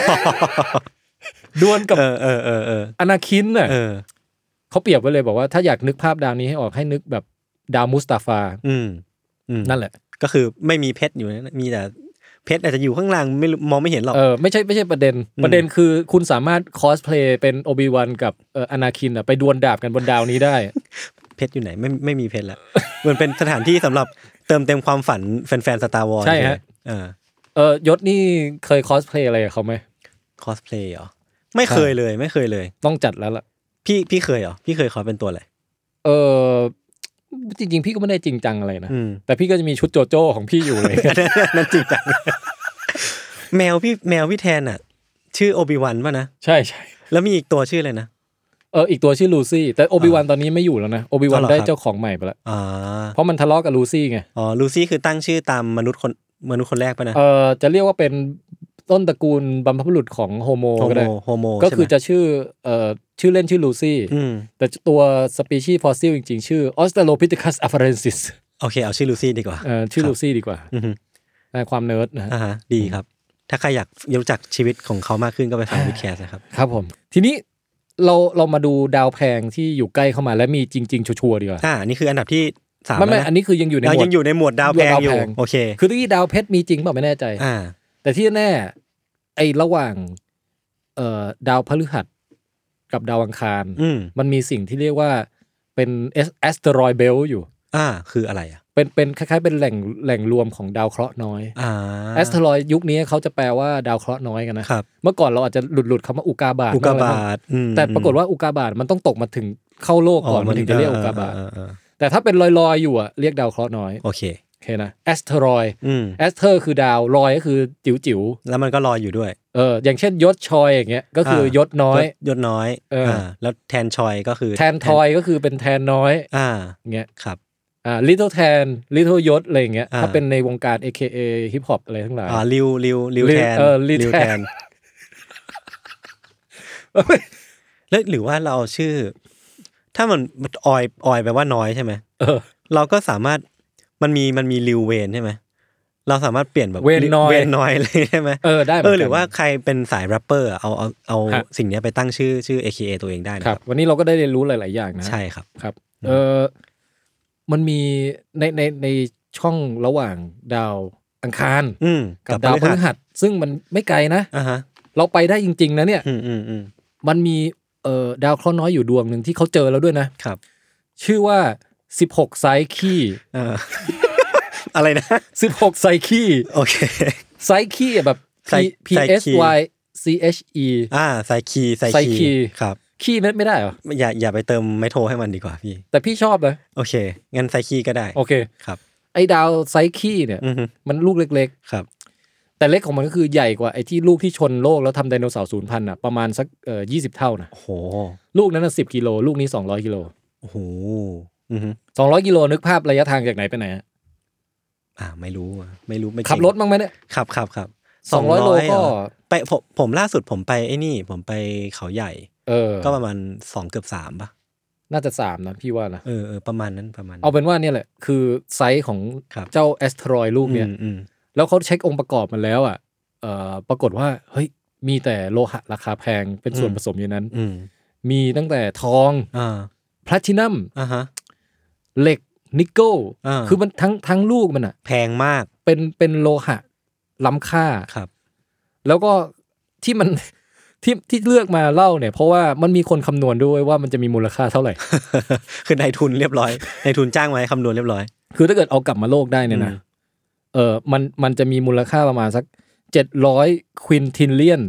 วลกับอนาคินน่ะเขาเปรียบไว้เลยบอกว่าถ้าอยากนึกภาพดาวนี้ให้ออกให้นึกแบบดาวมุสตาฟานั่นแหละก็คือไม่มีเพชรอยู่นะมีแต่เพชรอาจจะอยู่ข้างล่างไม่มองไม่เห็นหรอกไม่ใช่ประเด็นคือคุณสามารถคอสเพลย์เป็นโอบิวันกับอนาคินไปดวลดาบกันบนดาวนี้ได้เพชรอยู่ไหนไม่มีเพชรแล้วมันเป็นสถานที่สำหรับเติมเต็มความฝันแฟนๆ Star Wars ใช่ฮะยศนี่เคยคอสเพลย์อะไรกับเขาไหมคอสเพลย์เหรอไม่เคยเลยต้องจัดแล้วล่ะพี่เคยเหรอพี่เคยคอสเป็นตัวอะไรจริงๆพี่ก็ไม่ได้จริงจังอะไรนะแต่พี่ก็จะมีชุดโจโจ้ของพี่อยู่เลยนั่นจริงจังแมวพี่แทนอ่ะชื่อโอบิวันป่ะนะใช่แล้วมีอีกตัวชื่ออะไรนะอีกตัวชื่อลูซี่แต่โอบิวันตอนนี้ไม่อยู่แล้วนะโอบิวันได้เจ้าของใหม่ไปแล้วเพราะมันทะเลาะกับลูซี่ไงลูซี่คือตั้งชื่อตามมนุษย์คนแรกป่ะนะจะเรียกว่าเป็นต้นตระกูลบรรพบุรุษของโฮโมก็ได้ก็คือจะชื่อเล่นชื่อลูซี่แต่ตัวสปีชีส์ฟอสซิลจริงๆชื่อ Australopithecus afarensis โอเคเอาชื่อลูซี่ดีกว่าชื่อลูซี่ดีกว่าความเนิร์ดนะดีครับถ้าใครอยากรู้จักชีวิตของเขามากขึ้นก็ไปฟังวิดแคสนะครับครับผมทีนี้เรามาดูดาวแพงที่อยู่ใกล้เข้ามาและมีจริงๆชัวร์ๆดีกว่านี่คืออันดับที่3 ไม่อันนี้คือยังอยู่ในหมวดดาวแพงอยู่โอเคคือที่ดาวเพชรมีจริงเปล่าไม่แน่ใจแต่ที่แน่ไอ้ระหว่างดาวพฤหัสกับดาวอังคารมันมีสิ่งที่เรียกว่าเป็นแอสเตรอยด์เบลต์อยู่คืออะไรอ่ะเป็นคล้ายๆเป็นแหล่งรวมของดาวเคราะห์น้อยแอสเตรอยด์ยุคนี้เขาจะแปลว่าดาวเคราะห์น้อยกันนะเมื่อก่อนเราอาจจะหลุดคำว่าอุกาบาตแต่ปรากฏว่าอุกาบาตมันต้องตกมาถึงเข้าโลกก่อนมันถึงจะเรียกอุกาบาตแต่ถ้าเป็นลอยๆอยู่อ่ะเรียกดาวเคราะห์น้อยโอเคนะแอสเทรอยด์แอสเทอร์คือดาวรอยก็คือจิ๋วแล้วมันก็ลอยอยู่ด้วยอย่างเช่นยศชอยอย่างเงี้ยก็คือยศน้อยแล้วแทนชอยก็คือแทนทอยก็คือเป็นแทนน้อยเงี้ยครับ little แทน little ยศอะไรอย่างเงี้ยถ้าเป็นในวงการ AKA ฮิปฮอปอะไรทั้งหลายริวแทนริวแทนแล้วหรือว่าเราชื่อถ้ามันออยแปลว่าน้อยใช่ไหมเราก็สามารถมันมีริวเวนใช่ไหมเราสามารถเปลี่ยนแบบเวนน้อยเลยใช่ไหมได้หรือว่าใครเป็นสายแรปเปอร์เอาสิ่งนี้ไปตั้งชื่อ AKA ตัวเองได้นะครับวันนี้เราก็ได้เรียนรู้หลายๆอย่างนะใช่ครับครับมันมีในช่องระหว่างดาวอังคารกับดาวพฤหัสซึ่งมันไม่ไกลนะเราไปได้จริงๆนะเนี่ยมันมีดาวเคราะห์น้อยอยู่ดวงนึงที่เขาเจอแล้วด้วยนะครับชื่อว่า16ไซคีอะไรนะ 16ไซคีโอเคไซคีแบบ P S Y C H E ไซคีครับคีไม่ได้เหรออย่าไปเติมไมโทให้มันดีกว่าพี่แต่พี่ชอบเลยโอเคงั้นไซคีก็ได้โอเคครับไอ้ดาวไซคีเนี่ยมันลูกเล็กๆครับแต่เล็กของมันก็คือใหญ่กว่าไอ้ที่ลูกที่ชนโลกแล้วทำไดโนเสาร์สูญพันธุ์อ่ะประมาณสัก20 เท่านะโอ้โหลูกนั้นน่ะ10 กิโลลูกนี้200 กิโลโอ้โห 200 กิโลนึกภาพระยะทางจากไหนไปไหนไม่รู้ขับรถมั้งไหมเนี่ยครับ 200 โลก็ไปผมล่าสุดผมไปไอ้นี่ผมไปเขาใหญ่ก็ประมาณ2เกือบ3ป่ะน่าจะ3นะพี่ว่านะประมาณนั้นเอาเป็นว่าเนี่ยแหละคือไซส์ของเจ้าแอสเทรอยด์ลูกเนี่ยแล้วเขาเช็คองค์ประกอบมันแล้วปรากฏว่าเฮ้ยมีแต่โลหะราคาแพงเป็นส่วนผสมอยู่นั้นมีตั้งแต่ทองแพลทินัมเหล็กนิกเกิลคือมันทั้งลูกมันอ่ะแพงมากเป็นโลหะล้ำค่าครับแล้วก็ที่มันที่เลือกมาเล่าเนี่ยเพราะว่ามันมีคนคำนวณด้วยว่ามันจะมีมูลค่าเท่าไหร่คือนายทุนเรียบร้อยนายทุนจ้างมาให้คำนวณเรียบร้อยคือถ้าเกิดเอากลับมาโลกได้เนี่ยนะมันจะมีมูลค่าประมาณสัก700 ควินทิลเลียน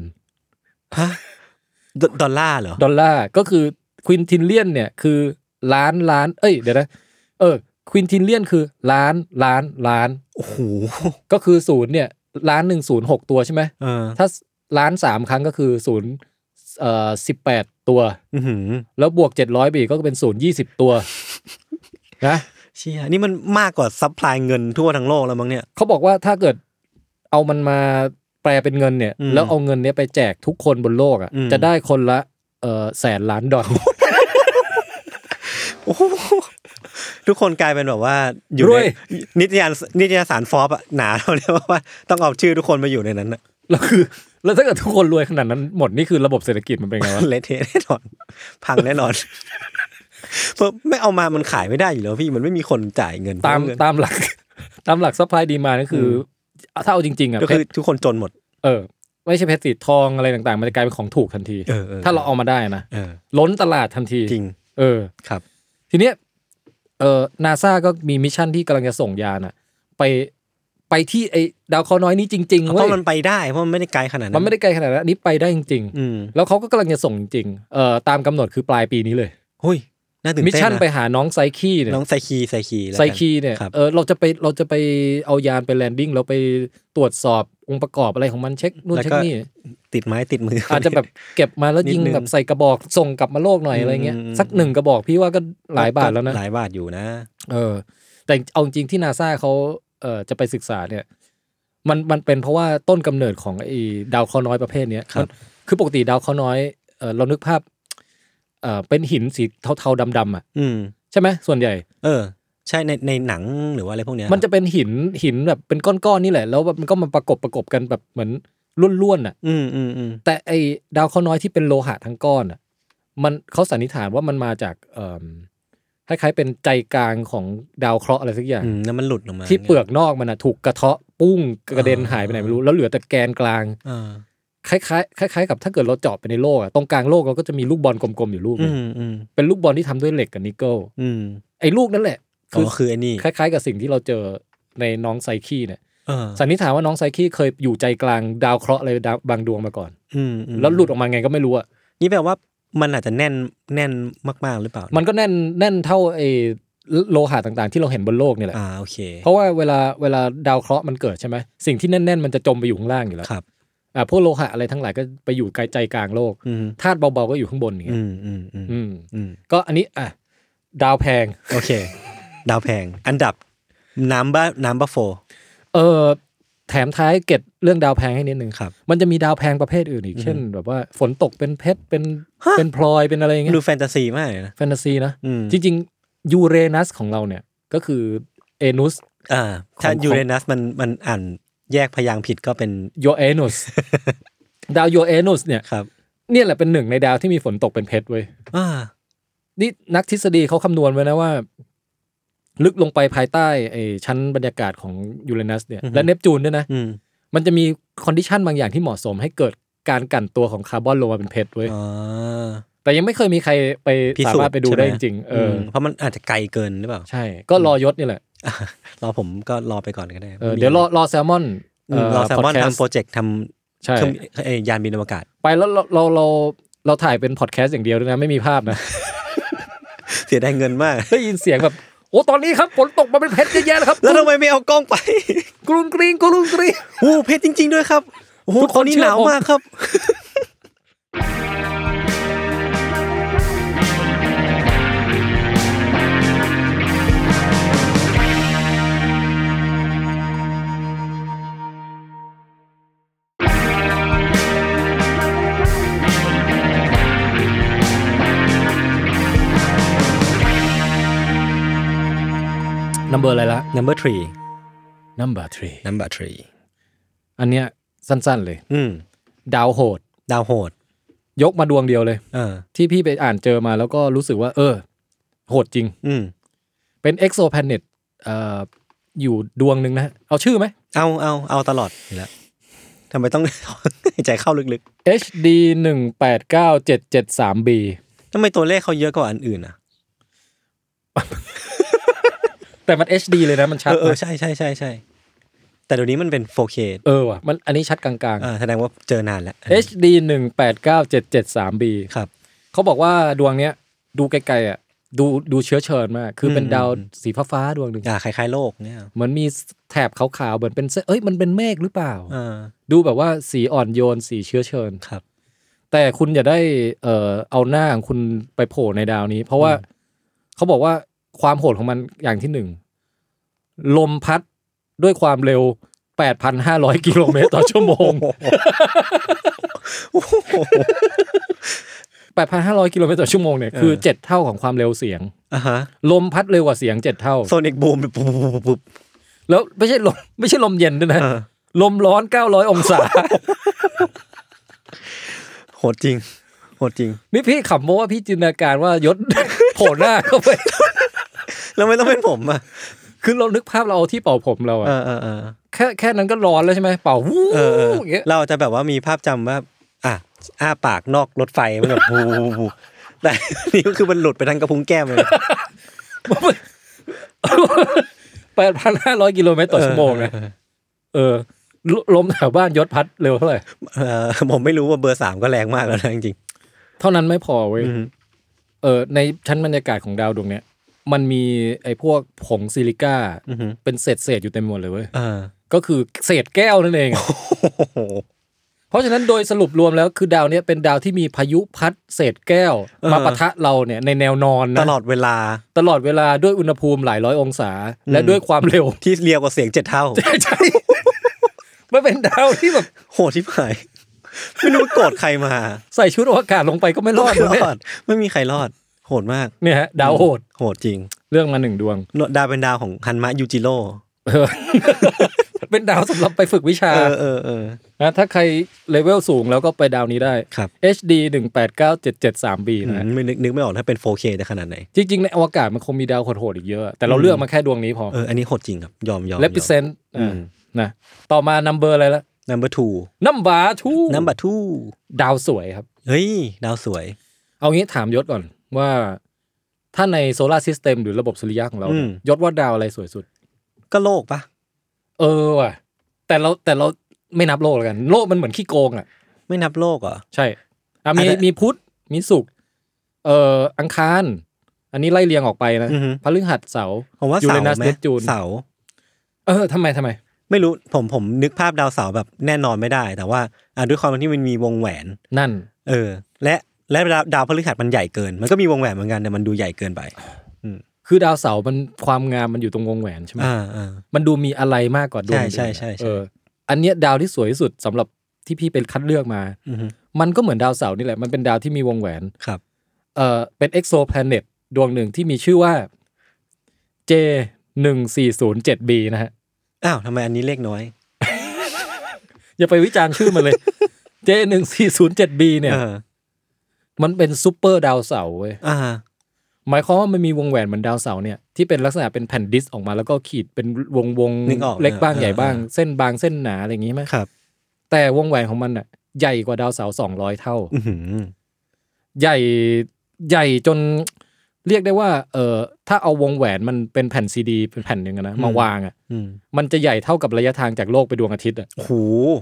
ดอลลาร์เหรอดอลลาร์ก็คือควินทิลเลียนเนี่ยคือล้านเดี๋ยวนะควินทิลเลียนคือล้านโอ้โหก็คือ0เนี่ยล้าน1 0 6ตัวใช่ไหมถ้าล้าน3ครั้งก็คือ018ตัวแล้วบวก700ไปอีกก็เป็น0 20ตัวนะเชี่ยนี่มันมากกว่าซัพพลายเงินทั่วทั้งโลกแล้วมั้งเนี่ยเขาบอกว่าถ้าเกิดเอามันมาแปลเป็นเงินเนี่ยแล้วเอาเงินนี้ไปแจกทุกคนบนโลกจะได้คนละ100,000 ล้านดอลลาร์ทุกคนกลายเป็นแบบว่าอยู่ในนิตยสารฟอร์บหนาเรียกว่าต้องเอาชื่อทุกคนมาอยู่ในนั้นแล้วถ้าเกิดทุกคนรวยขนาดนั้นหมดนี่คือระบบเศรษฐกิจมันเป็นไงวะเละเทะแน่นอนพังแน่นอนเพราะไม่เอามามันขายไม่ได้อยู่แล้วพี่มันไม่มีคนจ่ายเงินตามหลักซัพพลายดีมานด์ก็คือถ้าเอาจริงๆก็คือทุกคนจนหมดไม่ใช่เพชรสีทองอะไรต่างๆมันจะกลายเป็นของถูกทันทีถ้าเราเอามาได้นะล้นตลาดทันทีจริงครับทีเนี้ยNASA ก็มีมิชชั่นที่กำลังจะส่งยานไปที่ไอ้ดาวเคราะห์น้อยนี้จริงๆเพราะมันไปได้เพราะมันไม่ได้ไกลขนาดนั้นมันไม่ได้ไกลขนาดนั้นอันนี้ไปได้จริงๆแล้วเขาก็กำลังจะส่งจริงๆตามกำหนดคือปลายปีนี้เลยหุ้ยน่าตื่นเต้นมิชชั่นไปหาน้องไซคีเนี่ยน้องไซคีเนี่ยเราจะไปเอายานไปแลนดิ้งแล้วไปตรวจสอบองค์ประกอบอะไรของมันเช็คนู่นเช็คนี่ติดไม้ติดมืออาจจะแบบเก็บมาแล้วยิงแบบใส่กระบอกส่งกลับมาโลกหน่อยอะไรเงี้ยสัก1 กระบอกพี่ว่าก็หลายบาทแล้วนะหลายบาทอยู่นะแต่เอาจริงที่ NASA เขาจะไปศึกษาเนี่ยมันเป็นเพราะว่าต้นกำเนิดของไอ้ดาวเคราะห์น้อยประเภทนี้คือปกติดาวเคราะห์น้อยเรานึกภาพเป็นหินสีเทาๆดำๆใช่ไหมส่วนใหญ่ใช่ในหนังหรือว่าอะไรพวกนี้มันจะเป็นหินแบบเป็นก้อนๆนี่แหละแล้วมันก็มาประกบกันแบบเหมือนล้วนๆแต่ไอ้ดาวเคราะห์น้อยที่เป็นโลหะทั้งก้อนมันเขาสันนิษฐานว่ามันมาจากคล้ายๆเป็นใจกลางของดาวเคราะห์อะไรสักอย่างแล้วมันหลุดออกมาที่เปลือกนอกมันถูกกระเทาะปุ้งกระเด็นหายไปไหนไม่รู้แล้วเหลือแต่แกนกลางคล้ายๆกับถ้าเกิดเราเจาะไปในโลกตรงกลางโลกเราก็จะมีลูกบอลกลมๆอยู่ลูกเป็นลูกบอลที่ทำด้วยเหล็กกับนิกเกิลไอ้ลูกนั่นแหละคือไอ้นี่คล้ายๆกับสิ่งที่เราเจอในน้องไซคีเนี่ยสันนิษฐานว่าน้องไซคีเคยอยู่ใจกลางดาวเคราะห์อะไรบางดวงมาก่อนแล้วหลุดออกมาไงก็ไม่รู้อ่ะนี่แปลว่ามันอาจจะแน่นมากๆหรือเปล่ามันก็แน่นเท่าไอ้โลหะต่างๆที่เราเห็นบนโลกนี่แหละโอเคเพราะว่าเวลาดาวเคราะห์มันเกิดใช่ไหมสิ่งที่แน่นๆมันจะจมไปอยู่ข้างล่างอยู่แล้วครับพวกโลหะอะไรทั้งหลายก็ไปอยู่ใจกลางโลกธาตุเบาๆก็อยู่ข้างบนอย่างเงี้ยก็อันนี้ดาวแพงโอเคดาวแพงอันดับnumber 4แถมท้ายเก็ตเรื่องดาวแพงให้นิดนึงครับมันจะมีดาวแพงประเภทอื่นอีกเช่นแบบว่าฝนตกเป็นเพชรเป็นพลอยเป็นอะไรอย่างเงี้ยดูแฟนตาซีมากเลยนะแฟนตาซีนะจริงๆยูเรนัสของเราเนี่ยก็คือเอนุสถ้ายูเรนัสมันอ่านแยกพยางค์ผิดก็เป็นโยเอนุสดาวโยเอนุสเนี่ยครับเนี่ยแหละเป็นหนึ่งในดาวที่มีฝนตกเป็นเพชรเว้ยนี่นักทฤษฎีเขาคำนวณไว้นะว่าลึกลงไปภายใต้ไอ้ชั้นบรรยากาศของยูเรนัสเนี่ยและเนปจูนด้วยนะมันจะมีคอนดิชันบางอย่างที่เหมาะสมให้เกิดการกั่นตัวของคาร์บอนลงมาเป็นเพชรเว้ยแต่ยังไม่เคยมีใครไปสามารถไปดูได้จริงๆเพราะมันอาจจะไกลเกินหรือเปล่าใช่ก็รอยศนี่แหละรอผมก็รอไปก่อนก็ได้เดี๋ยวรอแซลมอนรอแซลมอนทำโปรเจกต์ทำเครื่องยานบินอวกาศไปแล้วเราถ่ายเป็นพอดแคสต์อย่างเดียวด้วยนะไม่มีภาพนะเสียดายเงินมากได้ยินเสียงแบบโอ้ตอนนี้ครับฝนตกมาเป็นเพชรเยอะแยะแล้วครับแล้วทำไมไม่เอากล้องไปกรุงกริงโอ้เพชรจริงๆด้วยครับโอ้โหคนนี้หนาวมากครับ number อะไรละ number 3 อันเนี้ยสั้นๆเลยดาวโหดยกมาดวงเดียวเลยที่พี่ไปอ่านเจอมาแล้วก็รู้สึกว่าโหดจริงเป็น exoplanet อยู่ดวงนึงนะเอาชื่อไหมเอาตลอดอยู่แล้วทำไมต้องหายใจเข้าลึกๆ HD 189773b ทำไมตัวเลขเขาเยอะกว่าอันอื่นอ่ะแต่มัน HD เลยนะมันชัดใช่แต่เดี๋ยวนี้มันเป็น 4K ว่ะมันอันนี้ชัดกลางๆแสดงว่าเจอนานแล้ว HD 189773b ครับเขาบอกว่าดวงเนี้ยดูไกลๆอ่ะดูเชื้อเชิญมากคือเป็นดาวสีฟ้าๆดวงนึงคล้ายๆโลกเนี่ยเหมือนมีแถบขาวๆเหมือนเป็นมันเป็นเมฆหรือเปล่าดูแบบว่าสีอ่อนโยนสีเชื้อเชิญครับแต่คุณอย่าได้เอาหน้าของคุณไปโผล่ในดาวนี้เพราะว่าเขาบอกว่าความโหดของมันอย่างที่1ลมพัดด้วยความเร็ว 8,500 กิโลเมตรต่อชั่วโมง 8,500 กิโลเมตรต่อชั่วโมงเนี่ยคือ7เท่าของความเร็วเสียงลมพัดเร็วกว่าเสียง7เท่าโซนิกบูมปุ๊บแล้วไม่ใช่ลมเย็นด้วยนะลมร้อน900องศาโหดจริงนี่พี่ขำเพราะว่าพี่จินตนาการว่ายศโผล่หน้าเข้าไปแล้วไม่ต้องเป็นผมอ่ะคือเรานึกภาพเราเอาที่เป่าผมเราอ่ะแค่นั้นก็ร้อนแล้วใช่ไหมเป่าวู้อย่างเงี้ยเราจะแบบว่ามีภาพจำว่าอ้าปากนอกรถไฟมันแบบวูแต่นี่ก็คือมันหลุดไปทางกระพุ้งแก้มเลย 8,500 กิโลเมตรต่อชั่วโมงนะลมแถวบ้านยศพัดเร็วเท่าไหร่ผมไม่รู้ว่าเบอร์3ก็แรงมากแล้วนะจริงๆเท่านั้นไม่พอเว้ยในชั้นบรรยากาศของดาวดวงเนี้ยมันมีไอ้พวกผงซิลิก้าเป็นเศษอยู่เต็มหมดเลยเว้ยก็คือเศษแก้วนั่นเองเพราะฉะนั้นโดยสรุปรวมแล้วคือดาวนี้เป็นดาวที่มีพายุพัดเศษแก้วมาปะทะเราเนี่ยในแนวนอนนะตลอดเวลาด้วยอุณหภูมิหลายร้อยองศาและด้วยความเร็วที่เร็วกว่าเสียง7เท่าใช่มันเป็นดาวที่แบบโหดชิบหายไม่รู้โกรธใครมาใส่ชุดอวกาศลงไปก็ไม่รอดไม่มีใครรอดโหดมากเนี่ยฮะดาวโหดจริงเรื่องมา1ดวงดาวเป็นดาวของฮันมะยูจิโร่เป็นดาวสำหรับไปฝึกวิชานะถ้าใครเลเวลสูงแล้วก็ไปดาวนี้ได้ HD 189773b นะไม่นึกไม่ออกถ้าเป็น 4K จะขนาดไหนจริงๆในอวกาศมันคงมีดาวโหดๆอีกเยอะแต่เราเลือกมาแค่ดวงนี้พออันนี้โหดจริงครับยอม represent นะต่อมา number อะไรละ number 2ดาวสวยครับเฮ้ยดาวสวยเอางี้ถามยศก่อนว่าถ้าในโซลาร์ซิสเต็มหรือระบบสุริยะของเรายศว่าดาวอะไรสวยสุดก็โลกปะว่ะแต่เราไม่นับโลกแล้วกันโลกมันเหมือนขี้โกงอ่ะไม่นับโลกเหรอใช่มีพุธมีศุกร์อังคารอันนี้ไล่เรียงออกไปนะพฤหัสเสาร์ยูเรนัสเนปจูนเสาร์ทำไมไม่รู้ผมนึกภาพดาวเสาร์แบบแน่นอนไม่ได้แต่ว่าด้วยความที่มันมีวงแหวนนั่นและดาวพฤหัสมันใหญ่เกินมันก็มีวงแหวนเหมือนกันแต่มันดูใหญ่เกินไปคือดาวเสาร์มันความงามมันอยู่ตรงวงแหวนใช่ไหมมันดูมีอะไรมากกว่าดวงใช่อันเนี้ยดาวที่สวยที่สุดสำหรับที่พี่เป็นคัดเลือกมามันก็เหมือนดาวเสาร์นี่แหละมันเป็นดาวที่มีวงแหวนครับเป็น exoplanet ดวงหนึ่งที่มีชื่อว่า J1407b นะฮะทำไมอันนี้เลขน้อยอย่าไปวิจารณ์ชื่อมันเลย J1407b เนี่ยมันเป็นซุปเปอร์ดาวเสาร์เว้ยหมายความว่ามันมีวงแหวนเหมือนดาวเสาร์เนี่ยที่เป็นลักษณะเป็นแผ่นดิสออกมาแล้วก็ขีดเป็นวงเล็กบ้างใหญ่บ้างเส้นบางเส้นหนาอะไรอย่างงี้ไหมครับแต่วงแหวนของมันน่ะใหญ่กว่าดาวเสาร์200เท่าใหญ่จนเรียกได้ว่าถ้าเอาวงแหวนมันเป็นแผ่นซีดีเป็นแผ่นนึงนะมาวางอ่ะมันจะใหญ่เท่ากับระยะทางจากโลกไปดวงอาทิตย์อ่ะโอ้โห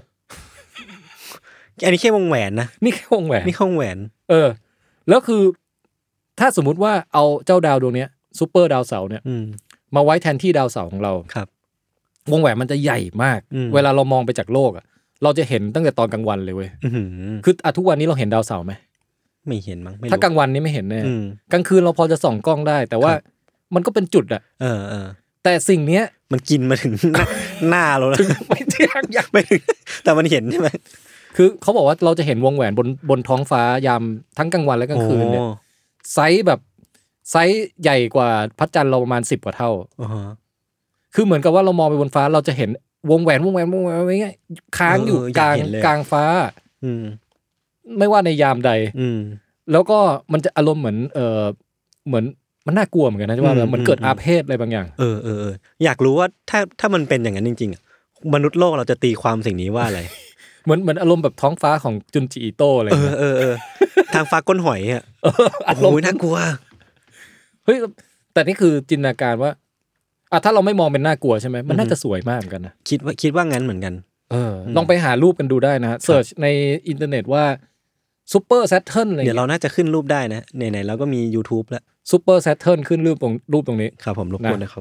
อันนี้แค่วงแหวนนะนี่แค่วงแหวนนี่วงแหวนแล้วคือถ้าสมมุติว่าเอาเจ้าดาวดวงเนี้ยซูเปอร์ดาวเสาร์เนี่ยมาไว้แทนที่ดาวเสาร์ของเราครับวงแหวนมันจะใหญ่มากเวลาเรามองไปจากโลกอ่ะเราจะเห็นตั้งแต่ตอนกลางวันเลยเว้ยคือทุกวันนี้เราเห็นดาวเสาร์ไหมไม่เห็นมั้งถ้ากลางวันนี้ไม่เห็นแน่กลางคืนเราพอจะส่องกล้องได้แต่ว่ามันก็เป็นจุดอ่ะแต่สิ่งเนี้ยมันกินมาถึงหน้าเราแล้วไม่เที่ยงอยากไม่แต่มันเห็นใช่ไหมคือเขาบอกว่าเราจะเห็นวงแหวนบนท้องฟ้ายามทั้งกลางวันและกลางคืนเนี่ยไซส์ใหญ่กว่าพระจันทร์เราประมาณ10 กว่าเท่าคือเหมือนกับว่าเรามองไปบนฟ้าเราจะเห็นวงแหวนอะไรเงี้ยค้างอยู่กลางฟ้าไม่ว่าในยามใดแล้วก็มันจะอารมณ์เหมือนเหมือนมันน่ากลัวเหมือนกันนะว่ามันเกิดอาเพศอะไรบางอย่างอยากรู้ว่าถ้ามันเป็นอย่างนั้นจริงๆอ่ะมนุษย์โลกเราจะตีความสิ่งนี้ว่าอะไรเหมือนอารมณ์แบบท้องฟ้าของจุนจิอิโต้อะไรทางฟ้าก้นหอยอ่ะโอ้โหน่ากลัวเฮ้ยแต่นี่คือจินตนาการว่าถ้าเราไม่มองเป็นน่ากลัวใช่ไหมมันน่าจะสวยมากเหมือนกันนะคิดว่างั้นเหมือนกันลองไปหารูปกันดูได้นะเสิร์ชในอินเทอร์เน็ตว่าซูเปอร์แซทเทิร์นอะไรเดี๋ยวเราน่าจะขึ้นรูปได้นะไหนๆเราก็มี YouTube แล้วซูเปอร์แซทเทิร์นขึ้นรูปตรงนี้ครับผมรบกวนนะครับ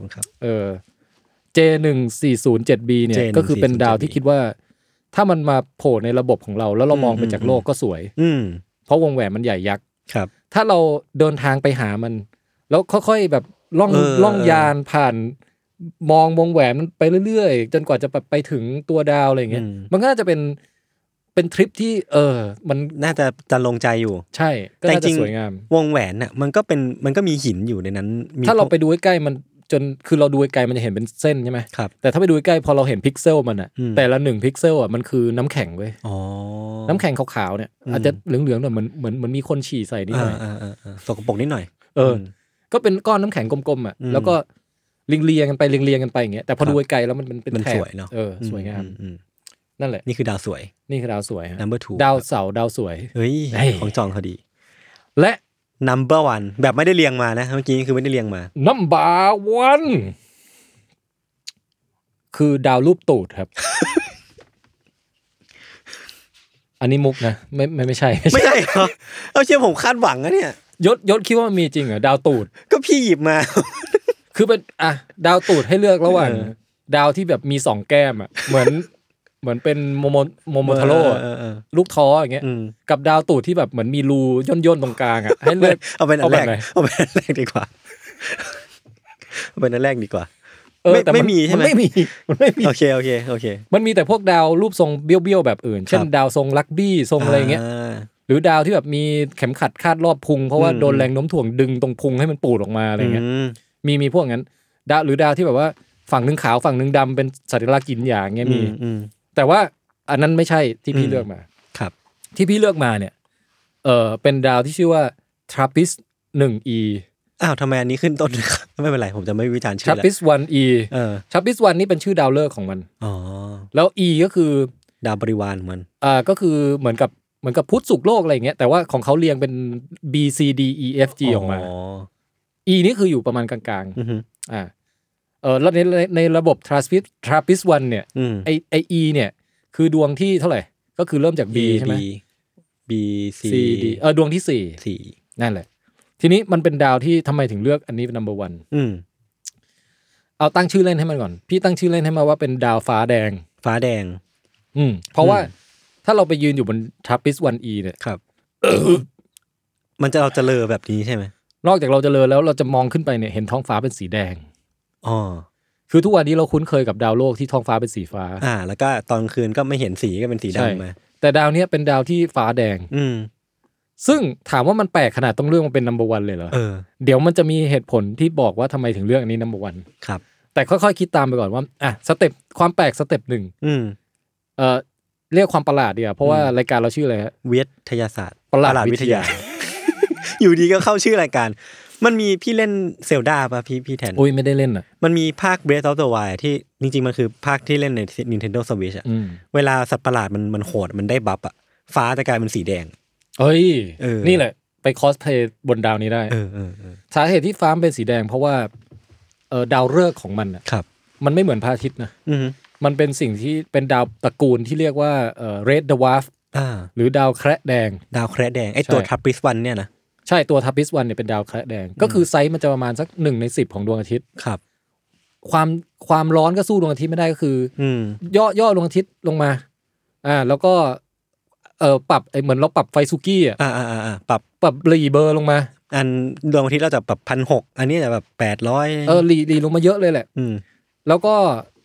J1407b เนี่ยก็คือเป็นดาวที่คิดว่าถ้ามันมาโผล่ในระบบของเราแล้วเรามองไปจากโลกก็สวยเพราะวงแหวนมันใหญ่ยักษ์ถ้าเราเดินทางไปหามันแล้วค่อยๆแบบล่องยานผ่านมองวงแหวนมันไปเรื่อยๆจนกว่าจะไปถึงตัวดาวอะไรอย่างเงี้ยมันก็น่าจะเป็นทริปที่มันน่าจะลงใจอยู่ใช่ก็น่าจะสวยงามวงแหวนน่ะมันก็มีหินอยู่ในนั้นถ้าเราไปดูใกล้ๆมันจนคือเราดูไกลมันจะเห็นเป็นเส้นใช่ไหมครับแต่ถ้าไปดูใกล้พอเราเห็นพิกเซลมันอ่ะแต่ละ1พิกเซลอ่ะมันคือน้ำแข็งเว้ยน้ำแข็งขาวๆเนี่ยอาจจะเหลืองๆหน่อยเหมือนมีคนฉี่ใส่นิดหน่อยสกปรกนิดหน่อยก็เป็นก้อนน้ำแข็งกลมๆอ่ะแล้วก็เรียงกันไปอย่างเงี้ยแต่พอดูไกลแล้วมันเป็นแถบสวยเนาะสวยงามนั่นแหละนี่คือดาวสวย number 2 ดาวเสาร์ดาวสวยเฮ้ยของจองเขาดีและ number 1แบบไม่ได้เรียงมานะเมื่อกี้คือไม่ได้เรียงมา number 1คือดาวรูปตูดครับ อันนี้มุกนะไม่ใช่เหรอเอาเชื่อผมคาดหวังนะเนี่ยยศคิดว่ามันมีจริงเหรอดาวตูดก็พี่หยิบมาคือเป็นดาวตูดให้เลือกระหว่างดาวที่แบบมี2แก้มอ่ะเหมือนเป็นโมโมทาโร่ลูกท้ออย่างเงี้ยกับดาวตูดที่แบบเหมือนมีรูย่นตรงกลางอ่ะให้เลือกเอาเป็นอันแรกดีกว่าแต่ไม่มีใช่ไหมไม่มีโอเคมันมีแต่พวกดาวรูปทรงเบี้ยวๆแบบอื่นเช่นดาวทรงลักบี้ทรงอะไรเงี้ยหรือดาวที่แบบมีเข็มขัดคาดรอบพุงเพราะว่าโดนแรงโน้มถ่วงดึงตรงพุงให้มันปูดออกมาอะไรเงี้ยมีพวกนั้นดาวหรือดาวที่แบบว่าฝั่งนึงขาวฝั่งนึงดำเป็นสัญลักษณ์กินอย่างเงี้ยมีแต่ว่าอันนั้นไม่ใช่ที่พี่เลือกมาครับที่พี่เลือกมาเนี่ยเป็นดาวที่ชื่อว่า TRAPPIST 1e ทำไมอันนี้ขึ้นต้นไม่เป็นไรผมจะไม่วิจารณ์ชื่อแล้ว TRAPPIST 1e TRAPPIST 1นี่เป็นชื่อดาวฤกษ์ของมันแล้ว e ก็คือดาวบริวารมันก็คือเหมือนกับพุธศุกร์โลกอะไรอย่างเงี้ยแต่ว่าของเขาเรียงเป็น B C D E F G ออกมา e นี่คืออยู่ประมาณกลางๆแล้วในระบบ TRAPPIST 1เนี่ยไอ e เนี่ยคือดวงที่เท่าไหร่ก็คือเริ่มจาก B ใช่ไหม B C D ดวงที่4นั่นแหละทีนี้มันเป็นดาวที่ทำไมถึงเลือกอันนี้เป็น number 1เอาตั้งชื่อเล่นให้มันก่อนพี่ตั้งชื่อเล่นให้มาว่าเป็นดาวฟ้าแดงเพราะว่าถ้าเราไปยืนอยู่บน TRAPPIST 1e เนี่ยครับมันเราจะเลอแบบนี้ใช่ไหมนอกจากเราจะเลอแล้วเราจะมองขึ้นไปเนี่ยเห็นท้องฟ้าเป็นสีแดงคือทุกวันนี้เราคุ้นเคยกับดาวโลกที่ท้องฟ้าเป็นสีฟ้าแล้วก็ตอนคืนก็ไม่เห็นสีก็เป็นสีดำมาแต่ดาวเนี้ยเป็นดาวที่ฟ้าแดงซึ่งถามว่ามันแปลกขนาดต้องเลือกมันเป็น number 1เลยเหรอเดี๋ยวมันจะมีเหตุผลที่บอกว่าทำไมถึงเลือกอันนี้ number 1 ครับแต่ค่อยๆคิดตามไปก่อนว่าสเต็ปความแปลกสเต็ป1เรียกความประหลาดดีกว่าเพราะว่ารายการเราชื่ออะไรฮะวิทยาศาสตร์ประหลาดวิทยาอยู่ดีก็เข้าชื่อรายการมันมีพี่เล่นเซลดาป่ะพี่แทนอุ้ยไม่ได้เล่นมันมีภาค Breath of the Wild ที่จริงๆมันคือภาคที่เล่นใน Nintendo Switch เวลาสัตว์ประหลาดมันโหดมันได้บัฟฟ้าจะกลายเป็นสีแดงนี่แหละไปคอสเพลย์บนดาวนี้ได้สาเหตุที่ฟ้าเป็นสีแดงเพราะว่าดาวฤกษ์ของมันครับมันไม่เหมือนพระอาทิตย์นะมันเป็นสิ่งที่เป็นดาวตระกูลที่เรียกว่าRed Dwarf หรือดาวแคระแดงไอตัวทับปิสวันเนี่ยนะใช่ตัวทับปิสวันเนี่ยเป็นดาวแคระแดงก็คือไซส์มันจะประมาณสัก1 ใน 10ของดวงอาทิตย์ครับความร้อนก็สู้ดวงอาทิตย์ไม่ได้ก็คือย่อดวงอาทิตย์ลงมาแล้วก็ปรับเหมือนเราปรับไฟซูกี้ปรับรีเบอร์ลงมาอันดวงอาทิตย์เราจะแบบ 1,600 อันนี้จะแบบ800 รีลงมาเยอะเลยแหละแล้วก็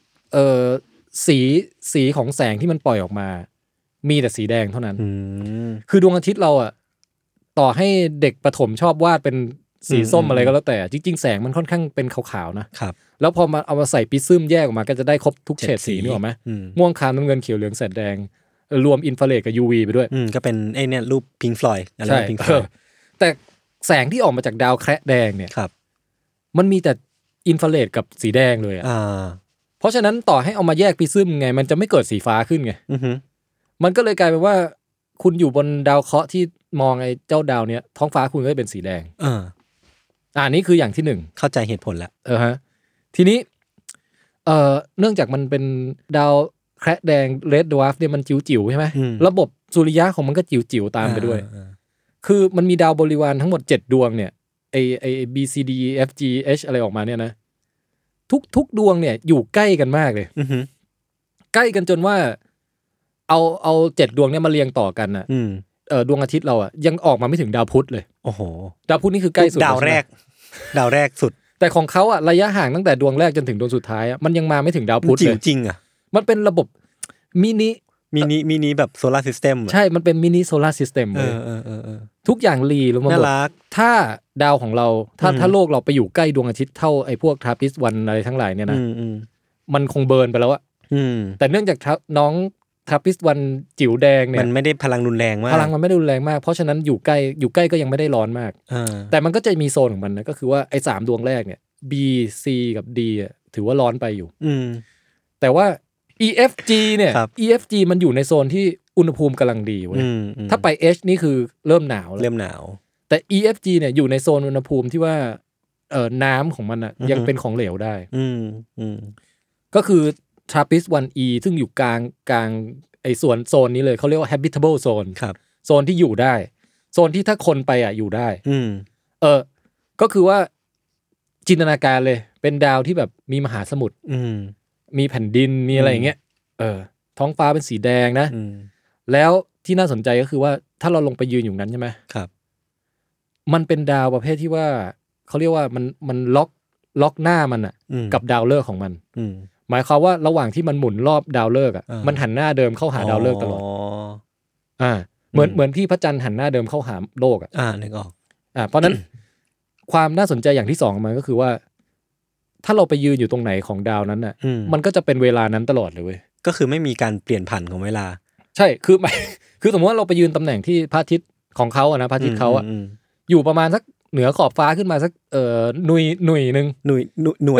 สีของแสงที่มันปล่อยออกมามีแต่สีแดงเท่านั้นคือดวงอาทิตย์เราต่อให้เด็กประถมชอบวาดเป็นสีส้มอะไรก็แล้วแต่จริงๆแสงมันค่อนข้างเป็นขาวๆนะครับแล้วพอมาเอามาใส่ปิซึมแยกออกมาก็จะได้ครบทุกเฉดสีนึกออกมั้ยม่วงครามน้ำเงินเขียวเหลืองแสดแดงรวมอินฟราเรดกับ UV ไปด้วยก็เป็นไอ้เนี่ยรูป Pink Floyd อะไร Pink Floyd แต่แสงที่ออกมาจากดาวแคระแดงเนี่ยมันมีแต่อินฟราเรดกับสีแดงเลยเพราะฉะนั้นต่อให้เอามาแยกปิซึมไงมันจะไม่เกิดสีฟ้าขึ้นไงมันก็เลยกลายเป็นว่าคุณอยู่บนดาวเคราะห์ที่มองไอ้เจ้าดาวเนี้ยท้องฟ้าคุณก็จะเป็นสีแดงนี่คืออย่างที่1 เข้าใจเหตุผลแล้วฮะทีนี้เนื่องจากมันเป็นดาวแคระแดง Red Dwarf เนี่ยมันจิ๋วๆใช่ไหมระบบสุริยะของมันก็จิ๋วๆตามไปด้วยคือมันมีดาวบริวารทั้งหมด7ดวงเนี่ยไอ้ B C D E F G H อะไรออกมาเนี่ยนะทุกดวงเนี่ยอยู่ใกล้กันมากเลยใกล้กันจนว่าเอา7ดวงเนี่ยมาเรียงต่อกันน่ะดวงอาทิตย์เรายังออกมาไม่ถึงดาวพุธเลยโอ้โหดาวพุธนี่คือใกล้สุดดาวแรกสุดแต่ของเขาระยะห่างตั้งแต่ดวงแรกจนถึงดวงสุดท้ายมันยังมาไม่ถึงดาวพุธเลยจริงมันเป็นระบบมินิแบบโซลาร์ซิสเต็มใช่มันเป็นมินิโซลาร์ซิสเต็มเลยทุกอย่างรีลงมาหมดถ้าดาวของเราถ้าโลกเราไปอยู่ใกล้ดวงอาทิตย์เท่าไอ้พวกทราปิสวันอะไรทั้งหลายเนี่ยนะมันคงเบิร์นไปแล้วแต่เนื่องจากน้องทราปิสวันจิ๋วแดงเนี่ยมันไม่ได้พลังรุนแรงมากพลังมันไม่ได้รุนแรงมากเพราะฉะนั้นอยู่ใกล้ก็ยังไม่ได้ร้อนมากแต่มันก็จะมีโซนของมันนะก็คือว่าไอ้3ดวงแรกเนี่ย B C กับ D ถือว่าร้อนไปอยู่แต่ว่าEFG เนี่ย EFG มันอยู่ในโซนที่อุณหภูมิกำลังดีเว้ยถ้าไป H นี่คือเริ่มหนาวแต่ EFG เนี่ยอยู่ในโซนอุณหภูมิที่ว่าน้ำของมันยังเป็นของเหลวได้ก็คือ TRAPPIST 1e ซึ่งอยู่กลางไอ้ส่วนโซนนี้เลยเขาเรียกว่า habitable zone โซนที่อยู่ได้โซนที่ถ้าคนไปอยู่ได้ก็คือว่าจินตนาการเลยเป็นดาวที่แบบมีมหาสมุทรมีแผ่นดินมีอะไรอย่างเงี้ยท้องฟ้าเป็นสีแดงนะแล้วที่น่าสนใจก็คือว่าถ้าเราลงไปยืนอยู่นั้นใช่ไหมครับมันเป็นดาวประเภทที่ว่าเขาเรียกว่ามันล็อกหน้ามันกับดาวฤกษ์ของมันหมายความว่าระหว่างที่มันหมุนรอบดาวฤกษ์มันหันหน้าเดิมเข้าหาดาวฤกษ์ตลอดเหมือนที่พระจันทร์หันหน้าเดิมเข้าหาโลกนึกออกเพราะนั้นความน่าสนใจอย่างที่2ของมันก็คือว่าถ้าเราไปยืนอยู่ตรงไหนของดาวนั้นน่ะมันก็จะเป็นเวลานั้นตลอดเลยเว้ยก็คือไม่มีการเปลี่ยนผันของเวลาใช่คือสมมติว่าเราไปยืนตำแหน่งที่พระอาทิตย์ของเขานะพระอาทิตย์เขาอยู่ประมาณสักเหนือขอบฟ้าขึ้นมาสักหน่วยนึงหน่วย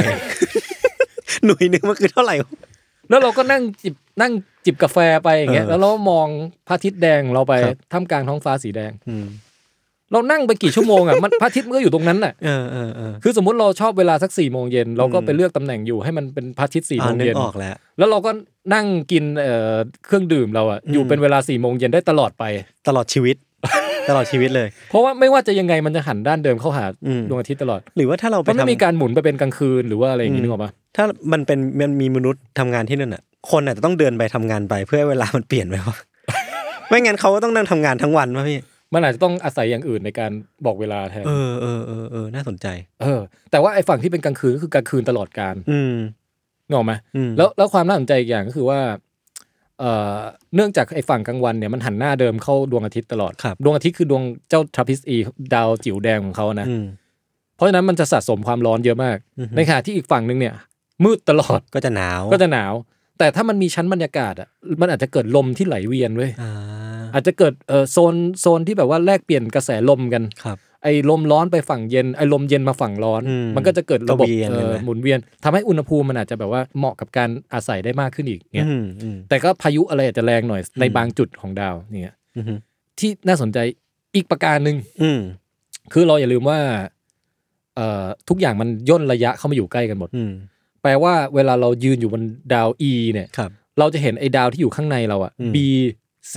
นึงมันคือเท่าไหร่แล้วเราก็นั่งจิบกาแฟไปอย่างเงี้ยแล้วเรามองพระอาทิตย์แดงเราไปท่ามกลางท้องฟ้าสีแดงเรานั่งไปกี่ชั่วโมงมันพระอาทิตย์มันก็อยู่ตรงนั้นน่ะคือสมมุติเราชอบเวลาสัก 4:00 นเราก็ไปเลือกตำแหน่งอยู่ให้มันเป็นพระอาทิตย์ 4:00 นออกแล้วเราก็นั่งกินเครื่องดื่มเราอยู่เป็นเวลา 4:00 นได้ตลอดไปตลอดชีวิตเลยเพราะว่าไม่ว่าจะยังไงมันจะหันด้านเดิมเข้าหาดวงอาทิตย์ตลอดหรือว่าถ้าเราไปไม่มีการหมุนไปเป็นกลางคืนหรือว่าอะไรอย่างงี้นึกออกป่ะถ้ามันมีมนุษย์ทำงานที่นั่นน่ะคนอาจจะต้องเดินไปทำงานไปเพื่อให้เวลามันเปลี่ยนไปว่าไม่งั้นเขาก็ต้องนั่งทำงานทั้งวันป่ะพี่มันอาจจะต้องอาศัยอย่างอื่นในการบอกเวลาแทนน่าสนใจแต่ว่าไอ้ฝั่งที่เป็นกลางคืนก็คือกลางคืนตลอดกาลงงไหมแล้วความน่าสนใจอีกอย่างก็คือว่าเนื่องจากไอ้ฝั่งกลางวันเนี่ยมันหันหน้าเดิมเข้าดวงอาทิตย์ตลอดดวงอาทิตย์คือดวงเจ้า TRAPPIST E ดาวจิ๋วแดงของเขานะเพราะฉะนั้นมันจะสะสมความร้อนเยอะมากในขณะที่อีกฝั่งนึงเนี่ยมืดตลอดก็จะหนาวแต่ถ้ามันมีชั้นบรรยากาศมันอาจจะเกิดลมที่ไหลเวียนเว้ยอาจจะเกิดโซนที่แบบว่าแลกเปลี่ยนกระแสลมกันไอ้ลมร้อนไปฝั่งเย็นไอ้ลมเย็นมาฝั่งร้อนมันก็จะเกิดระบบหมุนเวียนทำให้อุณหภูมิมันอาจจะแบบว่าเหมาะกับการอาศัยได้มากขึ้นอีกเนี่ยแต่ก็พายุอะไรอาจจะแรงหน่อยในบางจุดของดาวเนี่ยที่น่าสนใจอีกประการนึงคือเราอย่าลืมว่าทุกอย่างมันย่นระยะเข้ามาอยู่ใกล้กันหมดแปลว่าเวลาเรายืนอยู่บนดาว E เนี่ยเราจะเห็นไอ้ดาวที่อยู่ข้างในเราอ่ะ B C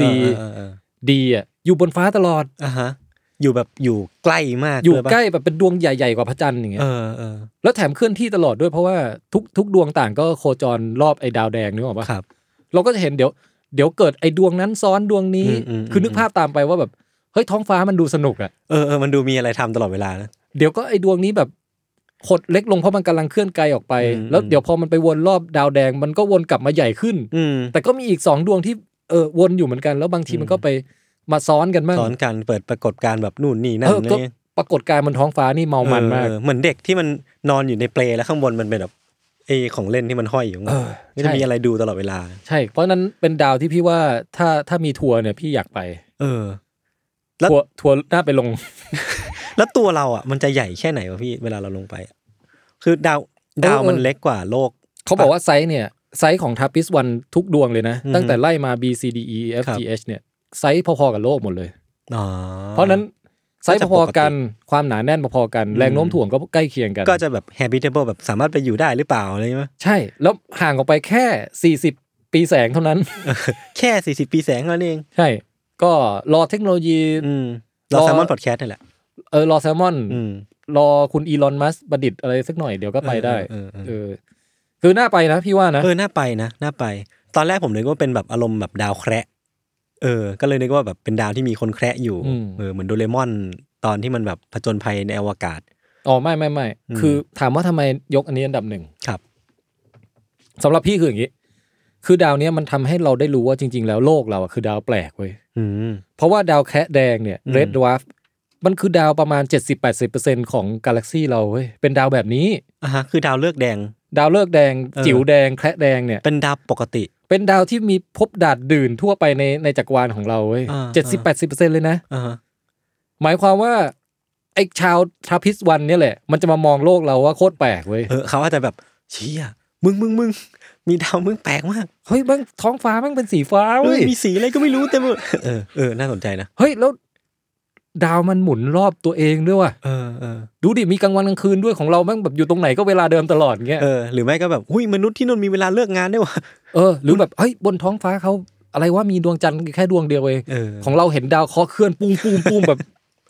D อ่ะอยู่บนฟ้าตลอดอยู่แบบอยู่ใกล้มากอยู่ใกล้แบบเป็นดวงใหญ่ๆกว่าพระจันทร์อย่างเงี้ยแล้วแถมเคลื่อนที่ตลอดด้วยเพราะว่าทุกดวงต่างก็โคจรรอบไอ้ดาวแดงนึกออกป่ะเราก็จะเห็นเดี๋ยวเกิดไอ้ดวงนั้นซ้อนดวงนี้คือนึกภาพตามไปว่าแบบเฮ้ยท้องฟ้ามันดูสนุกอ่ะมันดูมีอะไรทำตลอดเวลานะเดี๋ยวก็ไอ้ดวงนี้แบบขดเล็กลงเพราะมันกำลังเคลื่อนไกลออกไปแล้วเดี๋ยวพอมันไปวนรอบดาวแดงมันก็วนกลับมาใหญ่ขึ้นแต่ก็มีอีก2ดวงที่วนอยู่เหมือนกันแล้วบางทีมันก็ไปมาซ้อนกันบ้างซ้อนกันเปิดปรากฏการณ์แบบนู่นนี่นั่นนี่ปรากฏการณ์บนท้องฟ้านี่เมามันมากเหมือนเด็กที่มันนอนอยู่ในเปลแล้วข้างบนมันเป็นแบบไอ้ของเล่นที่มันห้อยอยู่มันจะมีอะไรดูตลอดเวลาใช่เพราะนั้นเป็นดาวที่พี่ว่าถ้ามีทัวร์เนี่ยพี่อยากไปแล้วทัวร์น่าไปลงแล้วตัวเราอ่ะมันจะใหญ่แค่ไหนวะพี่เวลาเราลงไปคือดาวมันเล็กกว่าโลกเขาบอกว่าไซส์ของทาปิส1ทุกดวงเลยนะตั้งแต่ไล่มา B C D E F G H เนี่ยไซส์พอๆกับโลกหมดเลยเพราะนั้นไซส์พอๆกันความหนาแน่นพอๆกันแรงโน้มถ่วงก็ใกล้เคียงกันก็จะแบบ habitable แบบสามารถไปอยู่ได้หรือเปล่าอะไรมั้ยใช่แล้วห่างออกไปแค่40ปีแสงเท่านั้นแค่40ปีแสงเท่านั้นเองใช่ก็รอเทคโนโลยีรอแซลมอนพอดแคสต์นี่แหละรอแซลมอนรอคุณอีลอนมัสก์ประดิษฐ์อะไรสักหน่อยเดี๋ยวก็ไปได้คือน่าไปนะพี่ว่านะน่าไปนะน่าไปตอนแรกผมนึกว่าเป็นแบบอารมณ์แบบดาวแคระก็เลยนึกว่าแบบเป็นดาวที่มีคนแคระอยู่เหมือนโดเรมอนตอนที่มันแบบผจญภัยในอวกาศอ๋อไม่คือถามว่าทำไมยกอันนี้อันดับ1 ครับสำหรับพี่คืออย่างนี้คือดาวนี้มันทำให้เราได้รู้ว่าจริงๆแล้วโลกเราอ่ะคือดาวแปลกเว้ยเพราะว่าดาวแคะแดงเนี่ย Red Dwarf มันคือดาวประมาณ 70-80% ของกาแล็กซี่เราเว้ยเป็นดาวแบบนี้คือดาวฤกษ์แดงดาวฤกษ์แดงจิ๋วแดงแคระแดงเนี่ยเป็นดาวปกติเป็นดาวที่มีพบดาษดื่นทั่วไปในจักรวาลของเราเว้ย 70-80% เลยนะหมายความว่าไอ้ชาวทราพิส1เนี่ยแหละมันจะมามองโลกเราว่าโคตรแปลกเว้ยเขาอาจจะแบบเชี่ยมึงมีดาวมึงแปลกมากเฮ้ยท้องฟ้ามันเป็นสีฟ้าเว้ยมีสีอะไรก็ไม่รู้เต็มเลยน่าสนใจนะเฮ้ยแล้วดาวมันหมุนรอบตัวเองด้วยว่ะดูดิมีกลางวันกลางคืนด้วยของเราแม่งแบบอยู่ตรงไหนก็เวลาเดิมตลอดเงี้ยหรือไม่ก็แบบหุ้ยมนุษย์ที่นู่นมีเวลาเลิกงานด้วยว่ะหรือแบบเฮ้ยบนท้องฟ้าเขาอะไรว่ามีดวงจันทร์แค่ดวงเดียวเองของเราเห็นดาวเคาะเคลื่อนปุ้งแบบ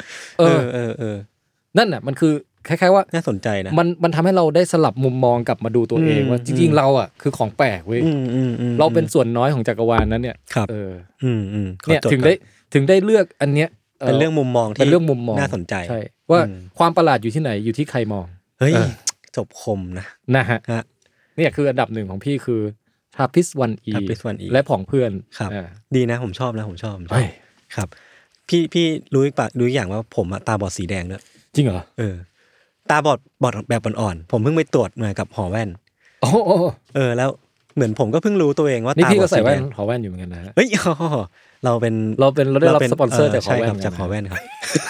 นั่นน่ะมันคือคล้ายๆว่าน่าสนใจนะมันทำให้เราได้สลับมุมมองกลับมาดูตัวเองว่าจริงๆเราอ่ะคือของแปลกเว้ยเราเป็นส่วนน้อยของจักรวาลนั้นเนี่ยเนี่ยถึงได้เลือกอันเนี้ยเป็นเรื่องมุมมองที่น่าสนใจใช่ว่าความประหลาดอยู่ที่ไหนอยู่ที่ใครมองเฮ้ยจบคมนะฮะเนี่ยคืออันดับ1ของพี่คือทาพิส1E และผองเพื่อนครับดีนะผมชอบครับพี่รู้อีกอย่างว่าผมตาบอดสีแดงด้วยจริงเหรอตาบอดแบบอ่อนๆผมเพิ่งไปตรวจมากับหอแว่นแล้วเหมือนผมก็เพิ่งรู้ตัวเองว่าตาบอดสีแดงนี่พี่ก็ใส่แว่นหอแว่นอยู่เหมือนกันนะเฮ้ยเราได้รับสปอนเซอร์จากหอแว่นจากหอแว่นครับ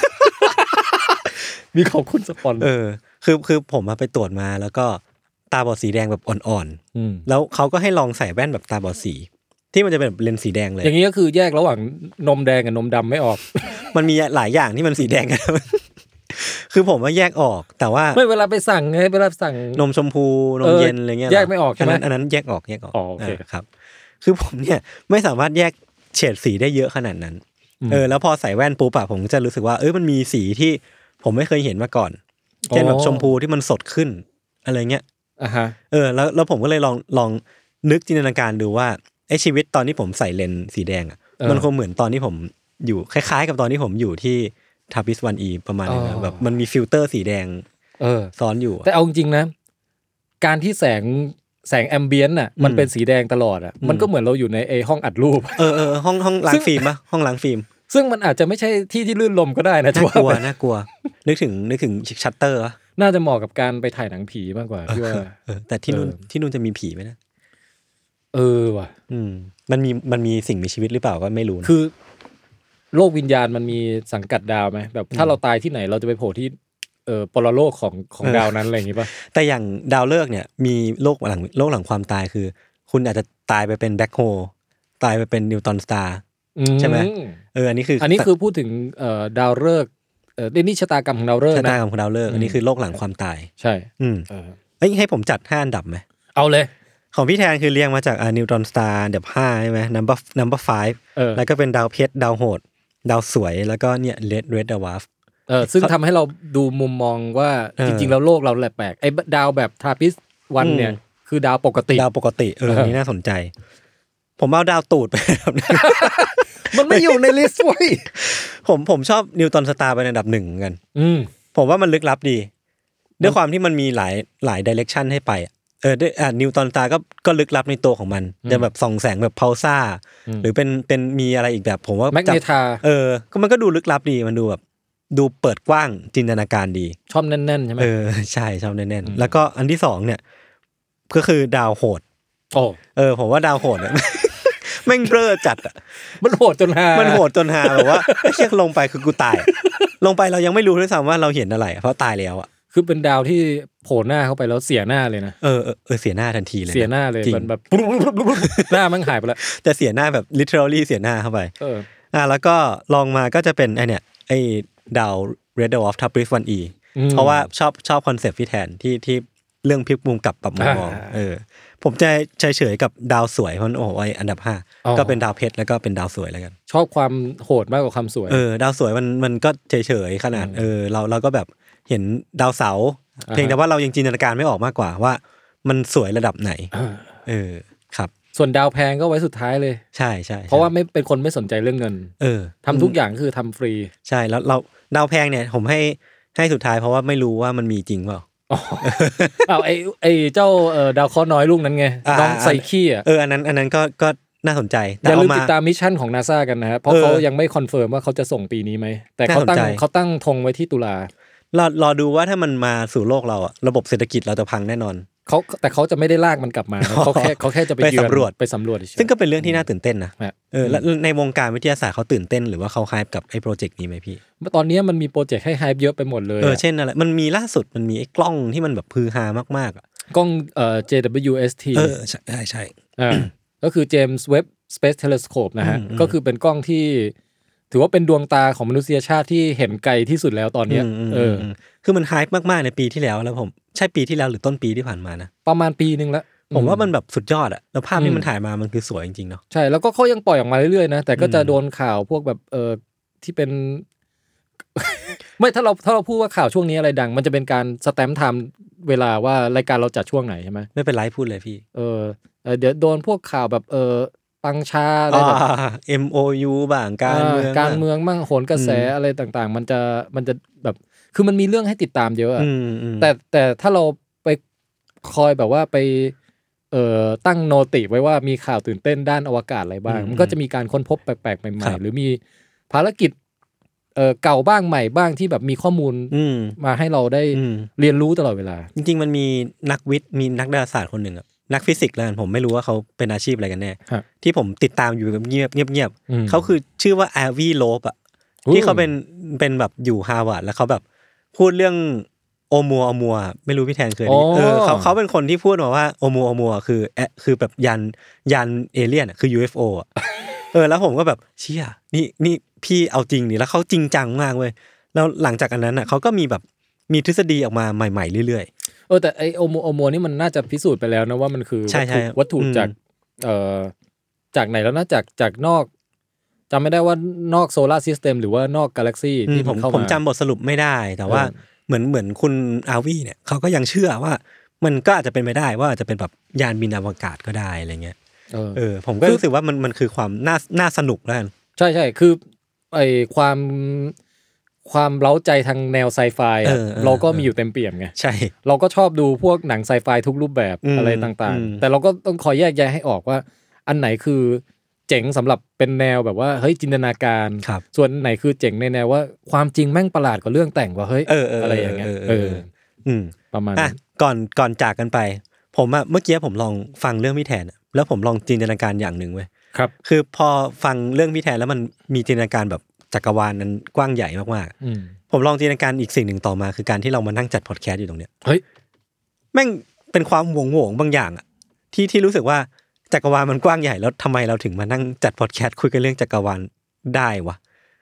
มีขอบคุณสปอนคือผมไปตรวจมาแล้วก็ตาบอดสีแดงแบบอ่อนๆแล้วเขาก็ให้ลองใส่แว่นแบบตาบอดสีที่มันจะเป็นเลนส์สีแดงเลยอย่างนี้ก็คือแยกระหว่างนมแดงกับนมดำไม่ออกมันมีหลายอย่างที่มันสีแดงกันคือผมว่าแยกออกแต่ว่าไม่เวลาไปสั่งไงเวลาสั่งนมชมพูนมเย็นอะไรเงี้ยแยกไม่ออกใช่ไหมอันนั้นแยกออกโอเคครับคือผมเนี่ยไม่สามารถแยกเฉดสีได้เยอะขนาดนั้นแล้วพอใส่แว่นปุ๊บผมจะรู้สึกว่ามันมีสีที่ผมไม่เคยเห็นมาก่อนเช่นแบบชมพูที่มันสดขึ้นอะไรเงี้ยแล้วผมก็เลยลองนึกจินตนาการดูว่าไอ้ชีวิตตอนที่ผมใส่เลนส์สีแดงมันคงเหมือนตอนที่ผมอยู่คล้ายๆกับตอนที่ผมอยู่ที่ทาพิส1E ประมาณนั้นแบบมันมีฟิลเตอร์สีแดงซ้อนอยู่แต่เอาจริงๆนะการที่แสงแอมเบียนต์น่ะมันเป็นสีแดงตลอดมันก็เหมือนเราอยู่ในห้องอัดรูปห้องล้างฟิล์มป่ะห้องล้างฟิล์มซึ่งมันอาจจะไม่ใช่ที่ลื่นลมก็ได้นะน่ากลัวนึกถึงชัตเตอร์น่าจะเหมาะกับการไปถ่ายหนังผีมากกว่าพี่ว่าแต่ที่นู่นจะมีผีไหมนะว่ะมันมีสิ่งมีชีวิตหรือเปล่าก็ไม่รู้คือโลกวิญญาณมันมีสังกัดดาวไหมแบบถ้าเราตายที่ไหนเราจะไปโผล่ที่ปรโลกของดาวนั้นอะไรอย่างงี้ป่ะแต่อย่างดาวฤกษ์เนี่ยมีโลกหลังความตายคือคุณอาจจะตายไปเป็นแบล็คโฮลตายไปเป็นนิวตรอนสตาร์ใช่ไหมอันนี้คือพูดถึงดาวฤกษ์นี่ชะตากรรมของดาวฤกษ์นะชะตากรรมของดาวฤกษ์อันนี้คือโลกหลังความตายใช่ให้ผมจัด5อันดับไหมเอาเลยของพี่แทนคือเรียงมาจากนิวตรอนสตาร์อันดับ5ใช่ไหม number 5แล้วก็เป็นดาวเพชรดาวโหดดาวสวยแล้วก็เนี่ยเรดดาวาฟซึ่งทำให้เราดูมุมมองว่าจริงๆแล้วโลกเราแหละแปลกไอ้ดาวแบบทราปิสวันเนี่ยคือดาวปกติอันนี้น่าสนใจผมเอาดาวตูดไปแบบนั้นมันไม่อยู่ในลิสต์เว้ยผมชอบนิวตรอนสตาร์เป็นอันดับ1เหมือนกันผมว่ามันลึกลับดีด้วยความที่มันมีหลายไดเรคชั่นให้ไปด้วยนิวตรอนสตาร์ก็ลึกลับในตัวของมันจะแบบส่องแสงแบบพัลซ่าหรือเป็นมีอะไรอีกแบบผมว่าแมกเนทาก็มันก็ดูลึกลับดีมันดูแบบดูเปิดกว้างจินตนาการดีชอบแน่นๆใช่ไหมใช่ชอบแน่นๆแล้วก็อันที่2เนี่ยก็คือดาวโหดผมว่าดาวโหดเนี่ยแม่งเบ้อจัดอ่ะมันโหดจนฮาแบบว่าเชือกลงไปคือกูตายลงไปเรายังไม่รู้ด้วยซ้ำว่าเราเห็นอะไรเพราะตายแล้วอ่ะคือเป็นดาวที่โผล่หน้าเข้าไปแล้วเสียหน้าเลยนะเสียหน้าทันทีเลยเสียหน้าเลยมันแบบหน้ามันหายไปแล้วแต่เสียหน้าแบบ literally เสียหน้าเข้าไปแล้วก็ลองมาก็จะเป็นไอ้ดาว Red Dwarf Trappist 1e เพราะว่าชอบคอนเซปต์พี่แทนที่เรื่องพลิกมุมกลับปรับมุมมองผมจะเฉยๆกับดาวสวยเพราะอันดับ5ก็เป็นดาวเพชรแล้วก็เป็นดาวสวยแล้วกันชอบความโหดมากกว่าความสวยดาวสวยมันก็เฉยๆขนาดเราก็แบบเห็นดาวเสาร์เพียงแต่ว่าเรายังจินตนาการไม่ออกมากกว่าว่ามันสวยระดับไหนครับส่วนดาวแพงก็ไว้สุดท้ายเลยใช่เพราะว่าไม่เป็นคนไม่สนใจเรื่องเงินทำทุกอย่างคือทำฟรีใช่แล้วเราดาวแพงเนี่ยผมให้สุดท้ายเพราะว่าไม่รู้ว่ามันมีจริงเปล่าไอ้เจ้าดาวเคราะห์น้อยลูกนั้นไงน้องไซคีอันนั้นก็น่าสนใจอย่าลืมติดตามมิชชั่นของ NASA กันนะครับเพราะเขายังไม่คอนเฟิร์มว่าเขาจะส่งปีนี้ไหมแต่เขาตั้งธงไว้ที่ตุลารอดูว่าถ้ามันมาสู่โลกเราอะระบบเศรษฐกิจเราจะพังแน่นอนแต่เขาจะไม่ได้ลากมันกลับมาเขาแค่จะไปสำรวจซึ่งก็เป็นเรื่องที่น่าตื่นเต้นนะแล้วในวงการวิทยาศาสตร์เขาตื่นเต้นหรือว่าเขาไฮป์กับไอ้โปรเจกต์นี้ไหมพี่ตอนนี้มันมีโปรเจกต์ให้ไฮป์เยอะไปหมดเลยเช่นอะไรมันมีล่าสุดมันมีไอ้กล้องที่มันแบบฮือฮามากๆกล้องJWST ใช่ก็คือ James Webb Space Telescope นะฮะก็คือเป็นกล้องที่ถือว่าเป็นดวงตาของมนุษยชาติที่เห็นไกลที่สุดแล้วตอนนี้คือมันไฮป์มากๆในปีที่แล้วผมใช่ปีที่แล้วหรือต้นปีที่ผ่านมานะประมาณปีนึงแล้วผมว่ามันแบบสุดยอดอะแล้วภาพที่มันถ่ายมามันคือสวยจริงๆเนาะใช่แล้วก็เขายังปล่อยออกมาเรื่อยๆนะแต่ก็จะโดนข่าวพวกแบบที่เป็น ไม่ถ้าเราพูดว่าข่าวช่วงนี้อะไรดังมันจะเป็นการสแตมป์ไทม์เวลาว่ารายการเราจัดช่วงไหนใช่ไหมไม่เป็นไรพูดเลยพี่เดี๋ยวโดนพวกข่าวแบบปังชาอะไรแบบ MOU บ้างการเมืองมั่งโหนกระแสอะไรต่างๆมันจะแบบคือมันมีเรื่องให้ติดตามเยอะแต่ถ้าเราไปคอยแบบว่าไปตั้งโนติไว้ว่ามีข่าวตื่นเต้นด้านอวกาศอะไรบ้างมันก็จะมีการค้นพบแปลกๆใหม่ๆหรือมีภารกิจเก่าบ้างใหม่บ้างที่แบบมีข้อมูลมาให้เราได้เรียนรู้ตลอดเวลาจริงๆมันมีนักวิทย์มีนักดาราศาสตร์คนหนึ่งนักฟิสิกส์แล้วกันผมไม่รู้ว่าเขาเป็นอาชีพอะไรกันแน่ที่ผมติดตามอยู่เงียบเขาคือชื่อว่าอาวีโลบที่เขาเป็นแบบอยู่ฮาร์วาร์ดแล้วเขาแบบพูดเรื่องโอมัวไม่รู้พี่แทนเคยเขาเป็นคนที่พูดมาว่าโอมัวคือแบบยันเอเลี่ยนคือ UFO แล้วผมก็แบบเชี่ยนี่พี่เอาจริงนี่แล้วเขาจริงจังมากเว้ยแล้วหลังจากอันนั้นเขาก็มีทฤษฎีออกมาใหม่ๆเรื่อยๆแต่ไอโอมัวนี่มันน่าจะพิสูจน์ไปแล้วนะว่ามันคือวัตถุจากไหนแล้วนะจากนอกจำไม่ได้ว่านอกโซลาร์ซิสเต็มหรือว่านอกกาแล็กซี่ที่ผมจำบทสรุปไม่ได้แต่ว่าเหมือนคุณอาวีเนี่ยเขาก็ยังเชื่อว่ามันก็อาจจะเป็นไปได้ว่าอาจจะเป็นแบบยานบินอวกาศก็ได้อะไรเงี้ยผมก็รู้สึกว่ามันคือความน่าสนุกแล้วกันใช่คือไอความเร้าใจทางแนวไซไฟเราก็มีอยู่เต็มเปี่ยมไงใช่เราก็ชอบดูพวกหนังไซไฟทุกรูปแบบอะไรต่างๆแต่เราก็ต้องคอยแยกแยะให้ออกว่าอันไหนคือเจ๋งสำหรับเป็นแนวแบบว่าเฮ้ยจินตนาการส่วนไหนคือเจ๋งในแนวว่าความจริงแม่งประหลาดกว่าเรื่องแต่งว่าเฮ้ยอะไรอย่างเงี้ยประมาณก่อนจากกันไปผมเมื่อกี้ผมลองฟังเรื่องพี่แทนแล้วผมลองจินตนาการอย่างหนึ่งเว้ยครับคือพอฟังเรื่องพี่แทนแล้วมันมีจินตนาการแบบจักรวาลนั้นกว้างใหญ่มากๆผมลองจินตนาการอีกสิ่งหนึ่งต่อมาคือการที่เรามานั่งจัดพอดแคสต์อยู่ตรงเนี้ยเฮ้ยแม่งเป็นความหวงบางอย่างที่รู้สึกว่าจักรวาลมันกว้างใหญ่แล้วทำไมเราถึงมานั่งจัดพอดแคสต์คุยกันเรื่องจักรวาลได้วะ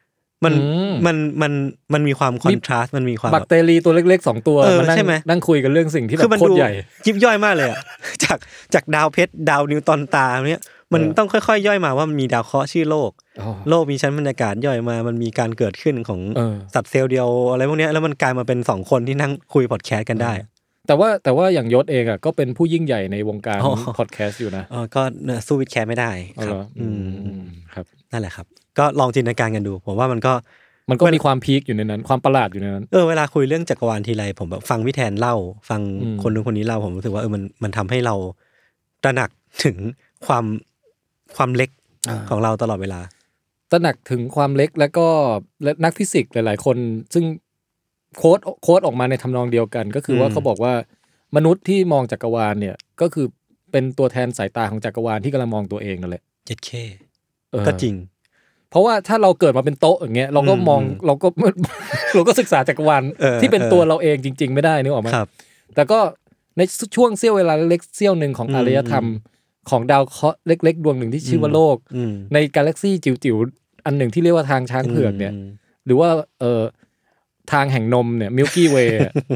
มันมีความคอนทราสต์มันมีความบักเตอรี่ตัวเล็กๆ2ตัวมานั่งคุยกันเรื่องสิ่งที่แบบโคตรใหญ่ยิบย่อยมากเลยอ่ะจากดาวเพชรดาวนิวตอนตาเนี่ยมันต้องค่อยๆย่อยมาว่ามันมีดาวเคราะห์ชื่อโลกมีชั้นบรรยากาศย่อยมามันมีการเกิดขึ้นของสัตว์เซลล์เดียวอะไรพวกนี้แล้วมันกลายมาเป็น2คนที่นั่งคุยพอดแคสต์กันได้แต่ว่าอย่างยศเองอ่ะก็เป็นผู้ยิ่งใหญ่ในวงการพอดแคสต์อยู่นะก็สู้วิดแคสไม่ได้ครับครับนั่นแหละครับก็ลองจินตนาการกันดูผมว่ามันก็มีความพีคอยู่ในนั้นความประหลาดอยู่ในนั้นเวลาคุยเรื่องจักรวาลทีไรผมแบบฟังพี่แทนเล่าฟังคนนึงคนนี้เล่าผมรู้สึกว่ามันทำให้เราตระหนักถึงความเล็กของเราตลอดเวลาตระหนักถึงความเล็กแล้วก็นักฟิสิกส์หลายๆคนซึ่งโค้ดออกมาในทำนองเดียวกันก็คือว่าเขาบอกว่ามนุษย์ที่มองจักรวาลเนี่ยก็คือเป็นตัวแทนสายตาของจักรวาลที่กำลังมองตัวเองนั่นแหละ 7K ก็จริงเพราะว่าถ้าเราเกิดมาเป็นโต๊ะอย่างเงี้ยเราก็มองเราก็ศึกษาจักรวาลที่เป็นตัวเราเองจริงๆไม่ได้นึกออกมั้ยแต่ก็ในช่วงเสี้ยวเวลาเล็กเสี้ยวนึงของอารยธรรมของดาวเคราะห์เล็กๆดวงหนึ่งที่ชื่อว่าโลกในกาแล็กซี่จิ๋วๆอันหนึ่งที่เรียกว่าทางช้างเผือกเนี่ยหรือว่าทางแห่งนมเนี่ย Milky Way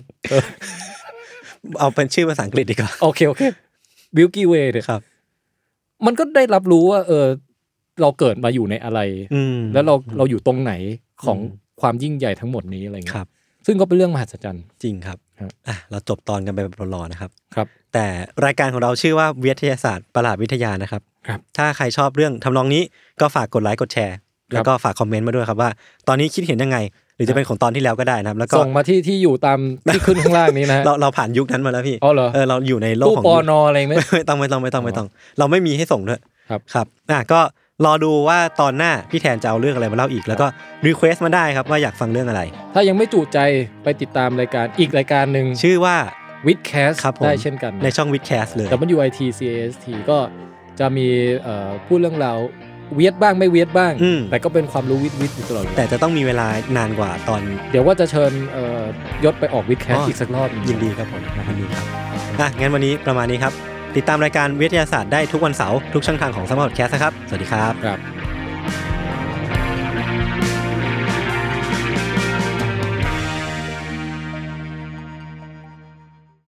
เอาเป็นชื่อภาษาอังกฤษดีกว่าโอเค Milky Way เนี่ยครับมันก็ได้รับรู้ว่าเราเกิดมาอยู่ในอะไรแล้วเราอยู่ตรงไหนของความยิ่งใหญ่ทั้งหมดนี้อะไรเงี้ยซึ่งก็เป็นเรื่องมหัศจรรย์จริงครับเราจบตอนกันไปแบบรอนะครับครับแต่รายการของเราชื่อว่าวิทยาศาสตร์ประหลาดวิทยานะครับถ้าใครชอบเรื่องทำนองนี้ก็ฝากกดไลค์กดแชร์แล้วก็ฝากคอมเมนต์มาด้วยครับว่าตอนนี้คิดเห็นยังไงหรือจะเป็นของตอนที่แล้วก็ได้นะครับแล้วก็ส่งมาที่อยู่ตามที่ขึ้นข้างล่างนี้นะเราผ่านยุคนั้นมาแล้วพี่เราอยู่ในโลกของปนอะไรมั้ยไม่ต้องเราไม่มีให้ส่งด้วยครับก็รอดูว่าตอนหน้าพี่แทนจะเอาเรื่องอะไรมาเล่าอีกแล้วก็รีเควสต์มาได้ครับว่าอยากฟังเรื่องอะไรถ้ายังไม่จุใจไปติดตามรายการอีกรายการนึงชื่อว่า Witcast ได้เช่นกันในช่อง Witcast เลย WITCAST ก็จะมีพูดเรื่องราวเวียดบ้างไม่เวียดบ้างแต่ก็เป็นความรู้วิทย์อยู่ตลอดแต่จะต้องมีเวลานานกว่าตอนเดี๋ยวว่าจะเชิญยศไปออก Witcast อีกสักรอบยินดีครับผมยินดีครับงั้นวันนี้ประมาณนี้ครับติดตามรายการวิทยาศาสตร์ได้ทุกวันเสาร์ทุกช่องทางของ Smart Podcast นะครับสวัสดีครับ